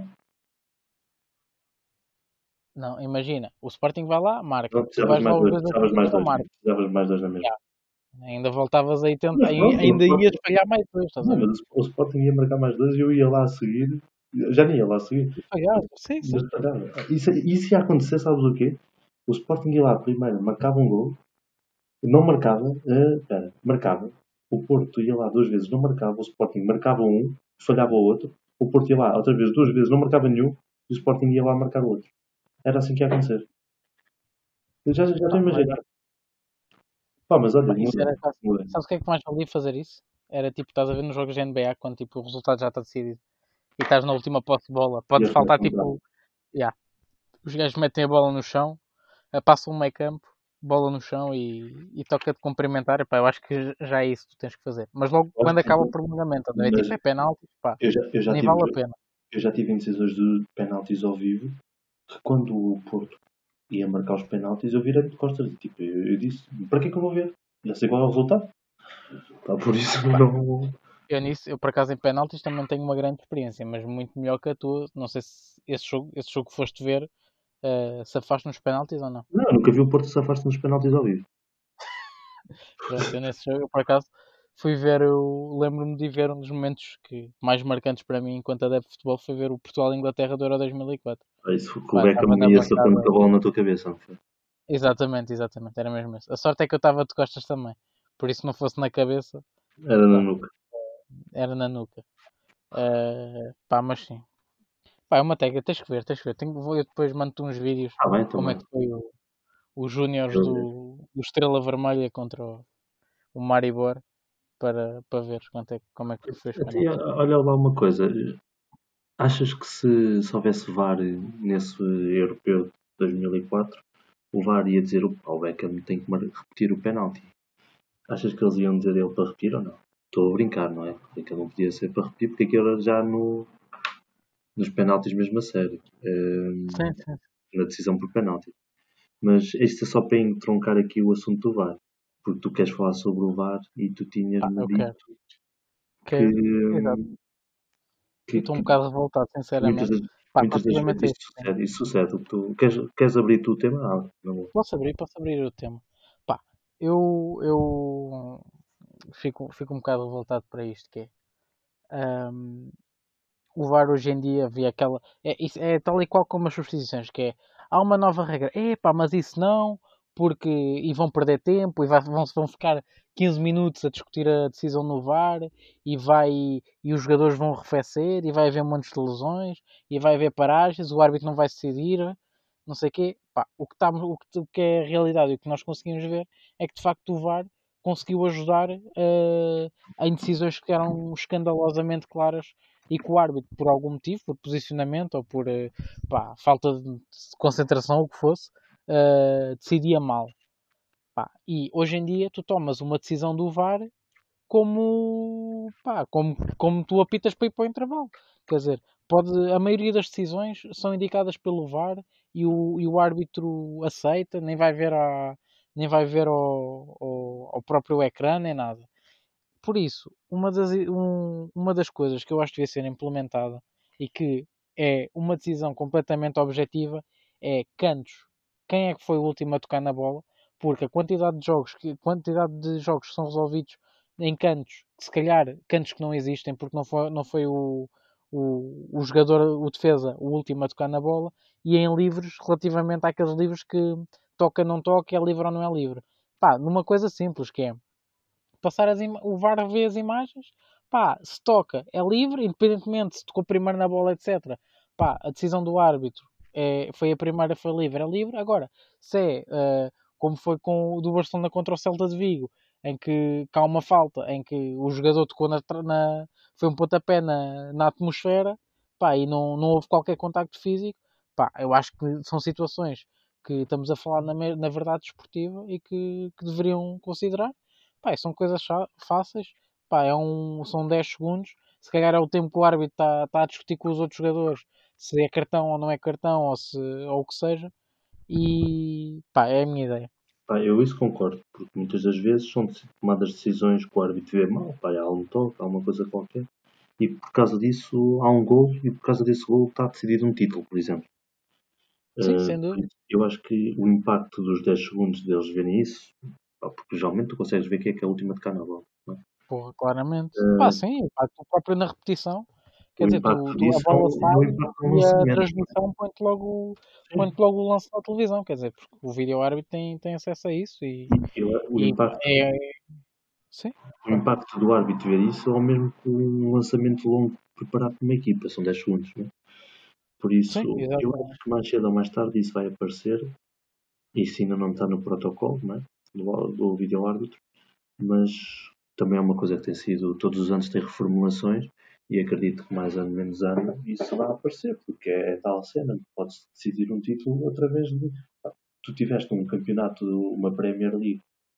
não, imagina, o Sporting vai lá, marca. Não Tu precisavas vais lá mais os dois, dois a precisavas seguir, mais ele não dois, marca. precisavas mais dois na mesma. Já. Ainda voltavas aí tentar, Mas pronto, o ainda ias Sporting, falhar mais dois, estás a não, ver? mas o Sporting ia marcar mais dois e eu ia lá a seguir, já nem ia lá a seguir. E falhavas, sim, sim. Mas falhava. Isso, isso ia acontecer, sabes o quê? O Sporting ia lá primeiro, marcava um gol, não marcava, eh, espera, marcava. O Porto ia lá duas vezes, não marcava. O Sporting marcava um, falhava o outro. O Porto ia lá outra vez, duas vezes, não marcava nenhum. E o Sporting ia lá marcar o outro. Era assim que ia acontecer. Eu já, já estou a Pá, mas, imaginar. Pá, mas olha, pá, isso muda. era quase. Muda. Sabes o que é que mais valia fazer isso? Era tipo, estás a ver nos jogos de N B A quando tipo, o resultado já está decidido e estás na última posse de bola. E Pode este faltar contrato. tipo, yeah, os gajos metem a bola no chão, eh, passam o meio campo, bola no chão e, e toca de cumprimentar. Epá, eu acho que já é isso que tu tens que fazer. Mas logo quando acaba o prolongamento, é Mas tipo, é penalti, pá, eu já, eu já nem tive, vale a pena. eu já tive indecisões de penaltis ao vivo que quando o Porto ia marcar os penaltis eu virei de costas. Tipo, eu, eu disse, para que é que eu vou ver? Já sei qual é o resultado. Pá, por isso Pá, não. eu nisso, eu por acaso em penaltis também tenho uma grande experiência, mas muito melhor que a tua. Não sei se esse jogo, esse jogo que foste ver, eh, se afaste nos penaltis ou não. Não, nunca vi o Porto safar-se nos penaltis ao vivo. Pronto, eu nesse jogo, eu, por acaso, fui ver, eu lembro-me de ver um dos momentos que mais marcantes para mim enquanto adepto de futebol foi ver o Portugal-Inglaterra do Euro dois mil e quatro. Ah, isso foi que o Pá, Beckham estava na ia acertando bancada. com a bola na tua cabeça, não foi? Exatamente, exatamente, era mesmo isso. A sorte é que eu estava de costas também. Por isso, se não fosse na cabeça, Era no pá, nuca. era na nuca. Eh, pá, mas sim. Pá, é uma tega, tens que ver, tens que ver. Tenho, vou, eu depois mando-te uns vídeos Ah, bem, como é também. que foi o, os Júniores Eu- do, do Estrela Vermelha contra o, o Maribor para, para ver quanto é, como é que foi os Até, penaltis. olha lá uma coisa. Achas que se, se houvesse V A R nesse europeu de dois mil e quatro, o V A R ia dizer o Beckham tem que mar- repetir o penalti? Achas que eles iam dizer ele para repetir ou não? Estou a brincar, não é? Porque não podia ser para repetir, porque aquilo era já no, nos penaltis mesmo a sério. Ehm, Sim, sim. na decisão por penalti. Mas isto é só para entroncar aqui o assunto do V A R. Porque tu queres falar sobre o V A R e tu Ah, tinhas-me eu dito quero. Que que, é, exato. E que, estou um que bocado revoltado, muitas, sinceramente. das, Pá, muitas das vezes relativamente a isto isto, sim. sucede. Isso sucede. Tu, queres, queres abrir tu o tema? Ah, não. Posso abrir, posso abrir o tema. Pá, eu, eu fico, fico um bocado revoltado para isto, que é, hum, o V A R hoje em dia vê aquela. É, isso é tal e qual como as substituições, que é. Há uma nova regra. Epá, mas isso não, porque. E vão perder tempo, e vai- vão, vão ficar quinze minutos a discutir a decisão no V A R, e vai. E os jogadores vão arrefecer, e vai haver montes de lesões, e vai haver paragens, o árbitro não vai decidir, não sei o quê. Pá, o que, está, o, que, o que é a realidade e o que nós conseguimos ver é que de facto o V A R conseguiu ajudar eh, em decisões que eram escandalosamente claras e que o árbitro, por algum motivo, por posicionamento ou por eh, pá, falta de concentração, o que fosse, eh, decidia mal. Pá. E hoje em dia tu tomas uma decisão do V A R como, pá, como, como tu apitas para ir para o intervalo. Quer dizer, pode, a maioria das decisões são indicadas pelo V A R e o, e o árbitro aceita, nem vai ver, a, nem vai ver ao, ao, ao próprio ecrã, nem nada. Por isso, uma das, um- uma das coisas que eu acho que devia ser implementada e que é uma decisão completamente objetiva é cantos. Quem é que foi o último a tocar na bola? Porque a quantidade de jogos que, quantidade de jogos que são resolvidos em cantos, que se calhar cantos que não existem porque não foi, não foi o, o, o jogador, o defesa, o último a tocar na bola, e em livros, relativamente àqueles livros que toca, não toca, é livre ou não é livre. Pá, numa coisa simples que é passar as o V A R vê as imagens, pá, se toca é livre, independentemente se tocou primeiro na bola, etcétera. Pá, a decisão do árbitro é, foi a primeira, foi livre, é livre. Agora, se é uh, como foi com o do Barcelona contra o Celta de Vigo, em que, que há uma falta, em que o jogador tocou na, na foi um pontapé na, na atmosfera, pá, e não, não houve qualquer contacto físico, pá, eu acho que são situações que estamos a falar na, na verdade desportiva e que, que deveriam considerar. Pá, são coisas fáceis. Pá, é um, são dez segundos. Se calhar é o tempo que o árbitro está tá a discutir com os outros jogadores se é cartão ou não é cartão ou, se, ou o que seja. E pá, é a minha ideia. Pá, eu isso concordo, porque muitas das vezes são tomadas decisões que o árbitro vê mal, pá, há um toque, há uma coisa qualquer, e por causa disso há um gol, e por causa desse gol está decidido um título, por exemplo. Sim, Uh, sem dúvida. eu acho que o impacto dos dez segundos deles verem isso, pá, porque geralmente tu consegues ver quem é que é a última de cá na bola. Não é? Porra, claramente. Pá, Uh, sim, pá, tu próprio na repetição. o Quer dizer, tu, impacto tu, a disso é bola o, é o sai impacto no e a lançamento. transmissão põe-te logo, Sim. põe logo o lance na televisão. Quer dizer, porque o vídeo árbitro tem, tem acesso a isso e, Eu, o, e impacto, é, sim, o impacto do árbitro ver isso é o mesmo que um lançamento longo preparado por uma equipa, são dez segundos. Não é? Por isso, sim, eu acho exatamente. que mais cedo ou mais tarde isso vai aparecer. Isso ainda não está no protocolo, não é? do, do vídeo árbitro, mas também é uma coisa que tem sido, todos os anos tem reformulações e acredito que mais ano menos ano isso vai aparecer, porque é, é tal cena, pode-se decidir um título através de. Tu tiveste um campeonato, uma Premier League,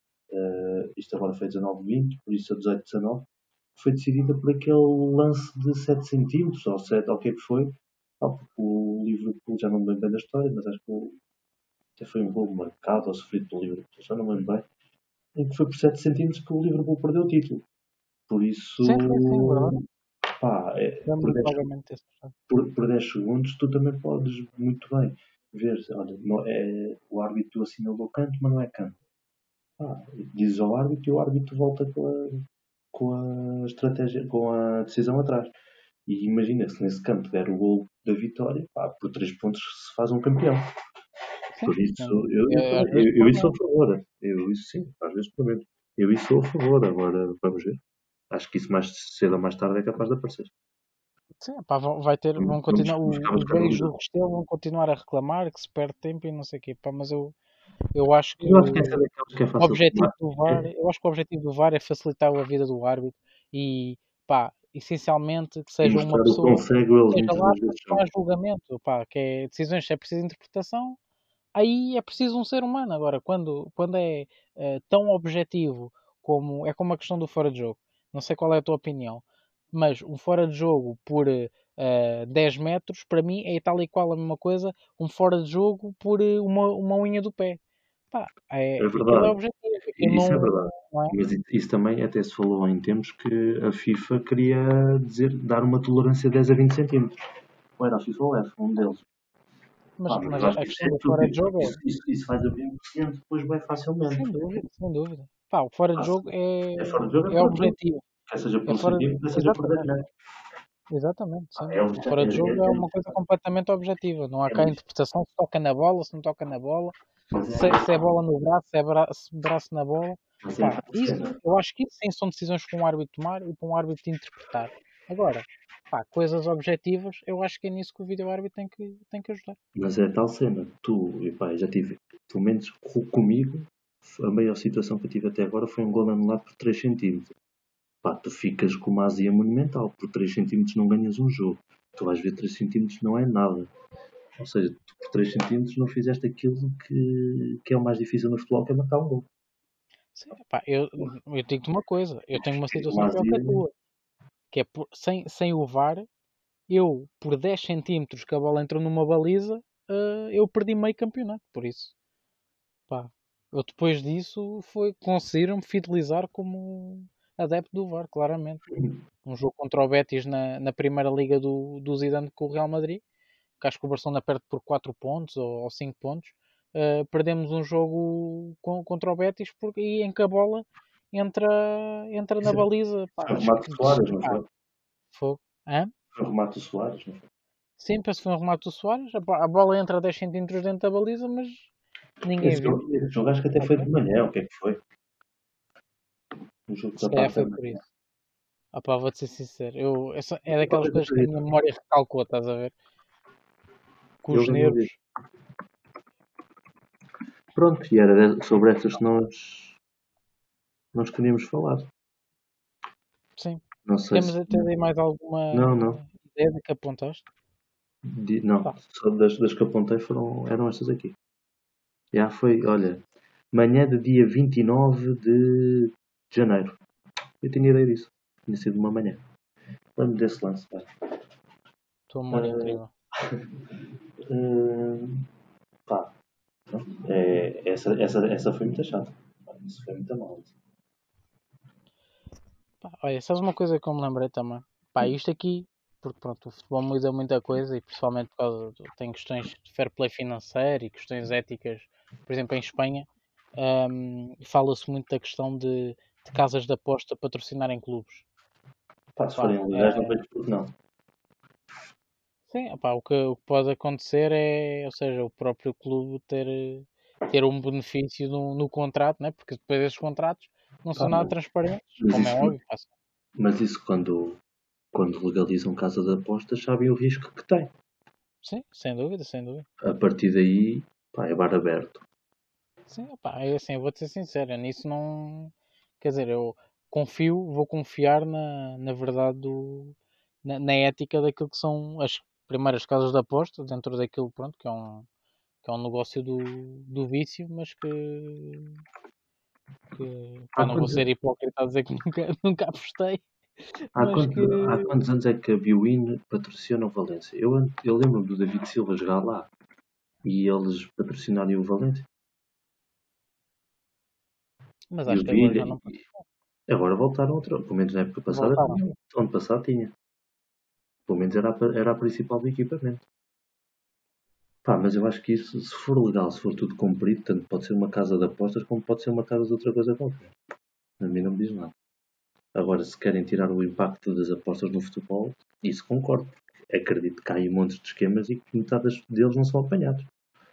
uh, isto agora foi dezanove vinte, por isso a dezoito dezanove, foi decidida por aquele lance de sete centímetros, ou sete, ou o que é que foi, ah, porque o Liverpool, já não me lembro bem da história, mas acho que o, até foi um gol marcado ou sofrido pelo Liverpool, já não me lembro bem, em que foi por sete centímetros que o Liverpool perdeu o título. Por Sim, sim, sim, verdade. isso, pá, é, por, Lembro dez, vagamente desse. por, por dez segundos tu também podes muito bem ver, olha, não é, o árbitro assinalou canto, mas não é canto. Ah, dizes ao árbitro e o árbitro volta com a, com a estratégia, com a decisão atrás. E imagina que se nesse campo der o gol da vitória, pá, por três pontos se faz um campeão. Sim, Por isso, sem dúvida. eu, eu, É, às também, vezes eu, eu por isso sou a menos. favor. Eu isso sim, às vezes pelo menos. Eu isso sou a favor. Agora vamos ver. Acho que isso mais cedo ou mais tarde é capaz de aparecer. Sim, pá, vão- vai ter, Vamos, vão vamos, continuar, vamos o- ficar os buscar velhos do novidades. Restelo vão continuar a reclamar que se perde tempo e não sei o quê, pá, mas eu, eu acho que Eu acho que essa é daquelas que é o fácil de objetivo tomar. do V A R, É, eu acho que o objetivo do V A R é facilitar a vida do árbitro e, pá, essencialmente que e seja uma mostrar o quão pessoa cego que eles esteja muitas lá das para vezes são. tomar julgamento, pá, que é decisões, se é preciso interpretação, aí é preciso um ser humano. Agora, quando, quando é eh, tão objetivo como é como a questão do fora de jogo, não sei qual é a tua opinião, mas um fora de jogo por eh, dez metros, para mim é tal e qual a mesma coisa, um fora de jogo por eh, uma, uma unha do pé. Pá, é, É aquilo é verdade. objetivo, eu isso é não, verdade. não é? Mas i- isso também até se falou em tempos que a FIFA queria dizer, dar uma tolerância de dez a vinte centímetros. Ou era a FIFA ou a UEFA, um deles. Mas, Pá, mas mas eu a acho a que isso questão é do tudo. fora de jogo é, Isso, isso, isso faz abrir um precedente depois bem facilmente. sem dúvida, sem dúvida. Pá, o fora de Pá, jogo se é, é fora de jogo, é é fora de jogo. objetivo. Quer seja por É um fora, centímetro, quer seja por dez exatamente, metros. exatamente, Pá, sem é, dúvida. O obje- fora é, de jogo é é, uma coisa completamente objetiva. Não há é, cá é isso. interpretação se toca na bola, se não toca na bola, Mas é, se, se é bola no braço, se é bra se braço na bola. mas é Pá, aquela isso, cena. eu acho que isso sim são decisões para um árbitro tomar e para um árbitro interpretar. Agora, pá, coisas objetivas, eu acho que é nisso que o vídeo-árbitro tem que, tem que ajudar. Mas é tal cena. Tu, e pá, já tive, pelo menos co- comigo, a maior situação que eu tive até agora foi um gol anulado por três centímetros. Pá, tu ficas com uma azia monumental. Por três centímetros não ganhas um jogo. Tu vais ver três centímetros não é nada. Ou seja, tu por três centímetros não fizeste aquilo que, que é o mais difícil no futebol, que é marcar um gol. Sim, pá, eu, eu digo-te uma coisa, eu tenho uma Fiquei com uma situação pior que azia. a tua, que é por- sem, sem o V A R, eu, por dez centímetros que a bola entrou numa baliza, eh, eu perdi meio campeonato. Por isso, pá, eu depois disso foi, conseguiram-me fidelizar como adepto do V A R, claramente. Um jogo contra o Betis na, na primeira liga do, do Zidane com o Real Madrid, que acho que o Barcelona perde por quatro pontos ou, ou cinco pontos. Eh, perdemos um jogo com- contra o Betis porque, e em que a bola entra, entra na Isso baliza. Pá, foi o acho remate que de Soares, não pá, foi? foi. Hã? Foi o remate de Soares, não foi? Sim, penso que foi um remate do Soares. A, bo- a bola entra dez centímetros dentro da baliza, mas ninguém Esse viu. jogo, esse jogo acho que até foi de Ok? manhã, o que é que foi? Um jogo Se da calhar parte da foi por manhã. isso. Ah pá, vou-te ser sincero. Eu, essa é Foi daquelas qualquer coisas coisa que a disso. minha memória recalcou, estás a ver? Com Eu os lembro nervos. disso. Pronto, e era de- sobre essas que nós, nós queríamos falar. Sim. Não sei Temos se. até aí mais Não, não. alguma ideia de que apontaste? Di- Não, Pá, só das, das que apontei foram, eram estas aqui. Já foi, olha, manhã do dia vinte e nove de janeiro. Eu tinha ideia disso. Tinha sido uma manhã. Lembro desse lance. Vai. tua memória é Ah, incrível. ah, pá, pronto. É, essa, essa, essa foi muito chata. Pá, isso foi muito mal. Pá, olha, sabes uma coisa que eu me lembrei também? Pá, isto aqui, porque pronto, o futebol muda muita coisa e principalmente por causa do, tem questões de fair play financeiro e questões éticas, por exemplo, em Espanha, hum, fala-se muito da questão de, de casas de aposta patrocinarem clubes. Pá, se Pá, forem legais, não eh, vejo porque não. sim, opá, o que, o que pode acontecer é, ou seja, o próprio clube ter, ter um benefício no, no contrato, né? Porque depois esses contratos não Pá, são nada mas, transparentes, mas como é isso, óbvio. Pá. mas isso quando, quando legalizam casa de apostas, sabem o risco que tem. Sim, sem dúvida, sem dúvida. A partir daí, pá, é bar aberto. Sim, opá, é assim, eu vou-te ser sincero, nisso não. Quer dizer, eu confio, vou confiar na, na verdade do. Na, na ética daquilo que são as primeiras casas de aposta, dentro daquilo, pronto, que é um, que é um negócio do, do vício, mas que, que Há pá, não vou quantos, ser hipócrita a dizer que nunca, nunca apostei, há mas quantos, que. há quantos anos é que a Biwin patrocina o Valência? Eu, an- eu lembro-me do David Silva jogar lá e eles patrocinarem o Valência. Mas E o acho que agora Villa. já não E agora voltaram outra. Pelo menos na época passada voltaram. tinha. Ano passado tinha. Pelo menos era a, pa- era a principal do equipamento. Pá, mas eu acho que isso, se for legal, se for tudo cumprido, tanto pode ser uma casa de apostas como pode ser uma casa de outra coisa qualquer. A mim não me diz nada. Agora, se querem tirar o impacto das apostas no futebol, isso concordo. Acredito que há aí montes de esquemas e que metade das- deles não são apanhados.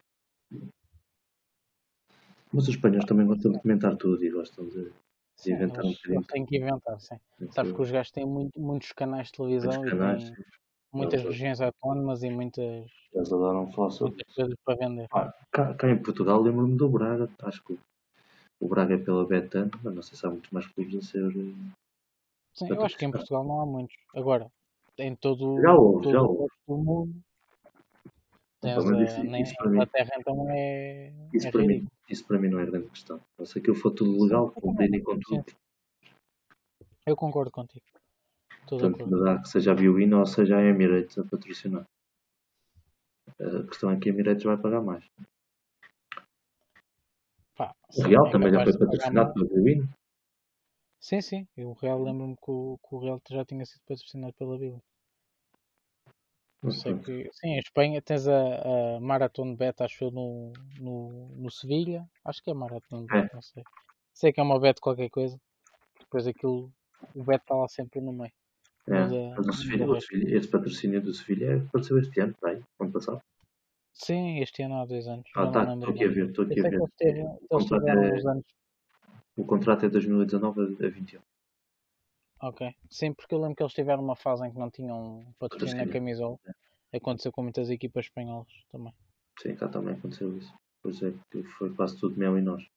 Mas os espanhóis também gostam de comentar tudo e gostam de, de Sim, inventar um eles, bocadinho eles de têm que inventar, sim. tudo. Sabes que Isso, os gajos têm muito- muitos canais de muitos televisão e canais, têm sim. muitas Eles, regiões autónomas e muitas, eles adoram falar sobre muitas isso. coisas para vender. Pá, cá, cá em Portugal lembro-me do Braga. Acho que o Braga é pela Betano, mas não sei se há muitos mais clubes a ser eh, Sim, eu acho que em patrocinados. Portugal não há muitos. Agora, em Já todo, houve, já todo o houve. resto do mundo, Então, tens mas a, isso, na isso para mim, Inglaterra então é, isso é para mim, ridículo. isso para mim não é grande questão. Se aquilo for tudo Sim, legal, eu também cumprindo não. e com Sim, tudo, eu concordo contigo. Estou de tanto acordo. me dá que seja a Biwin ou seja a Emirates a patrocinar. A questão é que a Emirates vai pagar mais. Pá, O sim, Real é também já capaz foi de pagar patrocinado mais. pelo Bwin. Sim, sim. E o Real, lembro-me que o, que o Real já tinha sido patrocinado pela Bíblia. Mas Sei pronto. que, sim, em Espanha tens a, a Marathon Bet, acho eu, no, no, no Sevilha. Acho que é Marathon Bet, É, não sei. Sei que é uma bet qualquer coisa. Depois aquilo, o bet está lá sempre no meio. é. Muda, Mas o muda Sevilha, o o resto. Sevilha, esse patrocínio do Sevilha apareceu este ano, vai, ano passado. Sim, este ano há dois anos. Ah, Já tá, não me estou lembro aqui a bem. ver, estou Eu aqui a sei que ver. eles, teve, O eles contrato tiveram uns é, anos. o contrato é dois mil e dezanove a vinte e um. Ok. Sim, porque eu lembro que eles tiveram uma fase em que não tinham patrocínio na Patrocínio. camisola. Aconteceu com muitas equipas espanholas também. Sim, cá também aconteceu isso. Pois é que foi quase tudo mel e nós.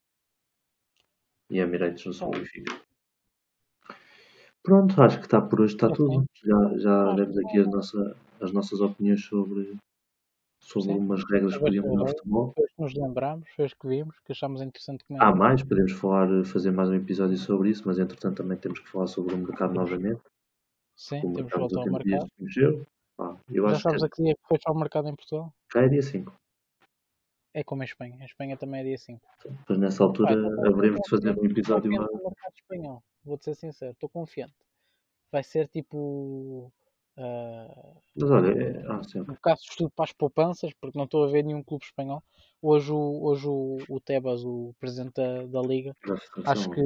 E a Emirates no Sul Bom, e fica. Pronto, acho que está por hoje, está tudo. assim, Já, já acho demos que aqui as, nossa, as nossas opiniões sobre, sobre sim. umas regras A que podiam mudar o Bastard futebol. foi que nos lembramos, foi as que vimos, que achámos interessante Há comentar. mais, podemos falar, fazer mais um episódio sobre isso, mas entretanto também temos que falar sobre o mercado Temos, novamente, sim, porque o temos que mercado dos voltar ao últimos dias mercado. mexeu. Ah, eu Já acho que sabes a que dia que fecha o mercado em Portugal? já é dia cinco. É como em Espanha. Em Espanha também é dia cinco. Depois nessa Pá, altura estou haveremos de fazer confiante, um estou episódio a. confiante no mercado espanhol. Vou-te ser sincero, estou confiante. Vai ser tipo. ah, Mas olha, é... ah, ah, sim, um ok. bocado de estudo para as poupanças, porque não estou a ver nenhum clube espanhol. Hoje o, hoje o, o Tebas, o presidente da, da Liga, Da acho que federação,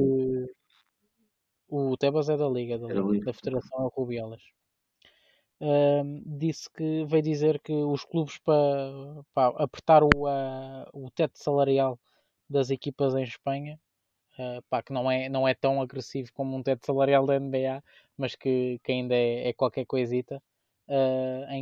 o Tebas é da Liga, da era Liga, livre. da Federação é o Rubiales. Ahm, disse que veio dizer que os clubes para, para apertar o, a- o teto salarial das equipas em Espanha, ah, pá, que não é, não é tão agressivo como um teto salarial da N B A, mas que, que ainda é, é qualquer coisita, ah, em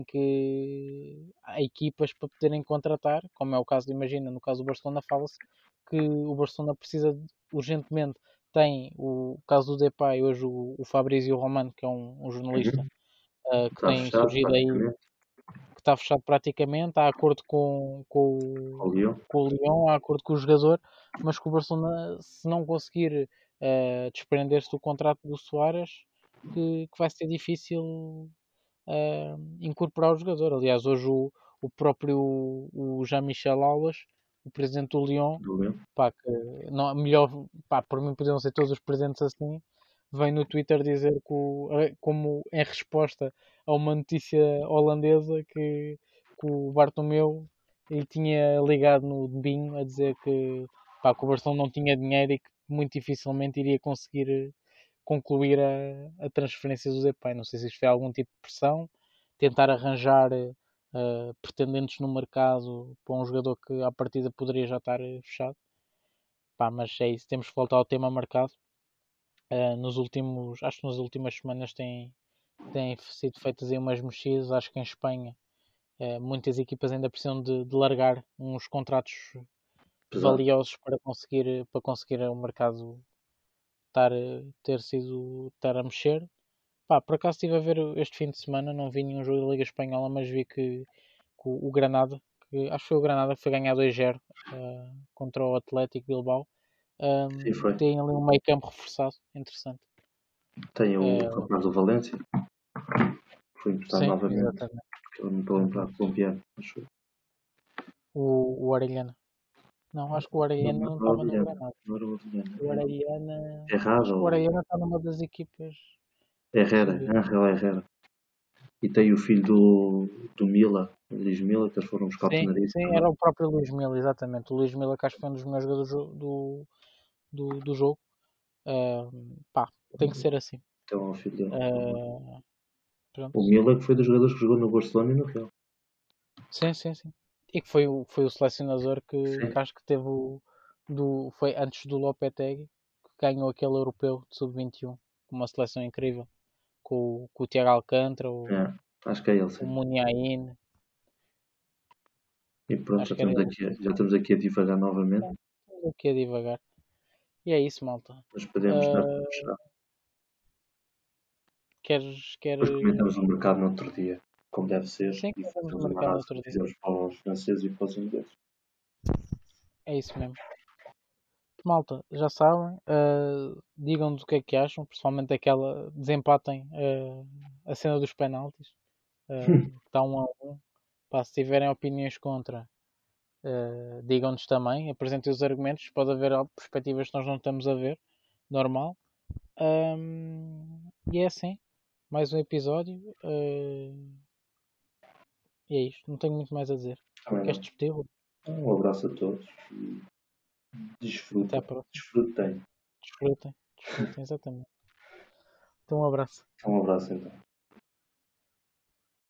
que há equipas para poderem contratar, como é o caso, imagina, no caso do Barcelona, fala-se que o Barcelona precisa de- urgentemente, tem o caso do Depay, hoje o, o Fabrizio Romano, que é um, um jornalista, Uhum. ah, que Está tem fechado, surgido aí, praticamente. que está fechado praticamente, há acordo com, com, Ao o- Lyon. com o Lyon, há acordo com o jogador, mas que o Barcelona, se não conseguir ah, desprender-se do contrato do Soares, que, que vai ser difícil ah, incorporar o jogador. Aliás, hoje o, o próprio o Jean-Michel Aulas, o presidente do Lyon, Do Lyon. pá, que não, melhor, pá, por mim podiam ser todos os presentes assim, vem no Twitter dizer que o, eh, como em resposta a uma notícia holandesa que, que o Bartomeu ele tinha ligado no Binho a dizer que, pá, que o Barcelona não tinha dinheiro e que muito dificilmente iria conseguir eh, concluir a, a transferência do Depay. Não sei se isto foi algum tipo de pressão, tentar arranjar eh, eh, pretendentes no mercado para um jogador que à partida poderia já estar eh, fechado. Pá, mas é isso, temos que voltar ao tema mercado. Uh, nos últimos, acho que nas últimas semanas têm, têm sido feitas aí umas mexidas. Acho que em Espanha uh, muitas equipas ainda precisam de, de largar uns contratos Pesado. valiosos para conseguir, para conseguir o mercado estar, ter sido estar a mexer. Pá, por acaso estive a ver este fim de semana, não vi nenhum jogo da Liga Espanhola, mas vi que, que o Granada, que acho que foi o Granada que foi ganhar dois a zero uh, contra o Atlético Bilbao. Sim, Um, foi. tem ali um meio campo reforçado, interessante. Tem o Uh, rapaz do Valência, foi emprestado sim, novamente, exatamente. porque eu não estou a lembrar de Colombiano, acho eu. O, o Arellana. Não, acho que o Não, Arellana não não era o estava no Avellana, Granada. não era o Avellana, O era o Arellana. Herrera Acho que o ou Arellana está numa das equipas Herrera, sub. Ángel Herrera. E tem o filho do, do Mila, o Luís Mila, que eles foram buscar o Sim, Tenerife sim, também. era o próprio Luís Milla, exatamente. O Luís Milla, que acho que foi um dos melhores jogadores do, do, do, do jogo. Ah, pá, tem que ser assim. Então é o filho dele. Ah, pronto. O Mila que foi dos jogadores que jogou no Barcelona e no Real. Sim, sim, sim. E que foi o, foi o selecionador que, que Sim, acho que teve o. Do, foi antes do Lopetegui, que ganhou aquele europeu de sub vinte e um. Uma seleção incrível. Com, com o Tiago Alcântara, o, é, acho que é ele, o sim. Muniain. E pronto, já Acho que era estamos ele. aqui, a- já estamos aqui a divagar novamente, Então, estamos aqui a divagar. E é isso, malta. mas podemos dar para Ah, fechar. queres, Depois queres. comentamos o mercado no outro dia, como deve ser, Sim, e vamos fazemos uma marcar no análise outro como dia. fizemos para os franceses e para os ingleses. É isso mesmo. Malta, já sabem. ah, digam-nos o que é que acham, principalmente aquela. Desempatem ah, a cena dos penaltis. ah, que está um a um. Pá, se tiverem opiniões contra, Uh, digam-nos também, apresentem os argumentos, pode haver perspectivas que nós não estamos a ver, normal. Um, e é assim, mais um episódio. Uh, e é isto, não tenho muito mais a dizer. Também Queres não. despedir? Um abraço a todos. Até à Desfrutem. próxima. Desfrutem. Desfrutem, desfrutem, exatamente. Então um abraço. Um abraço então.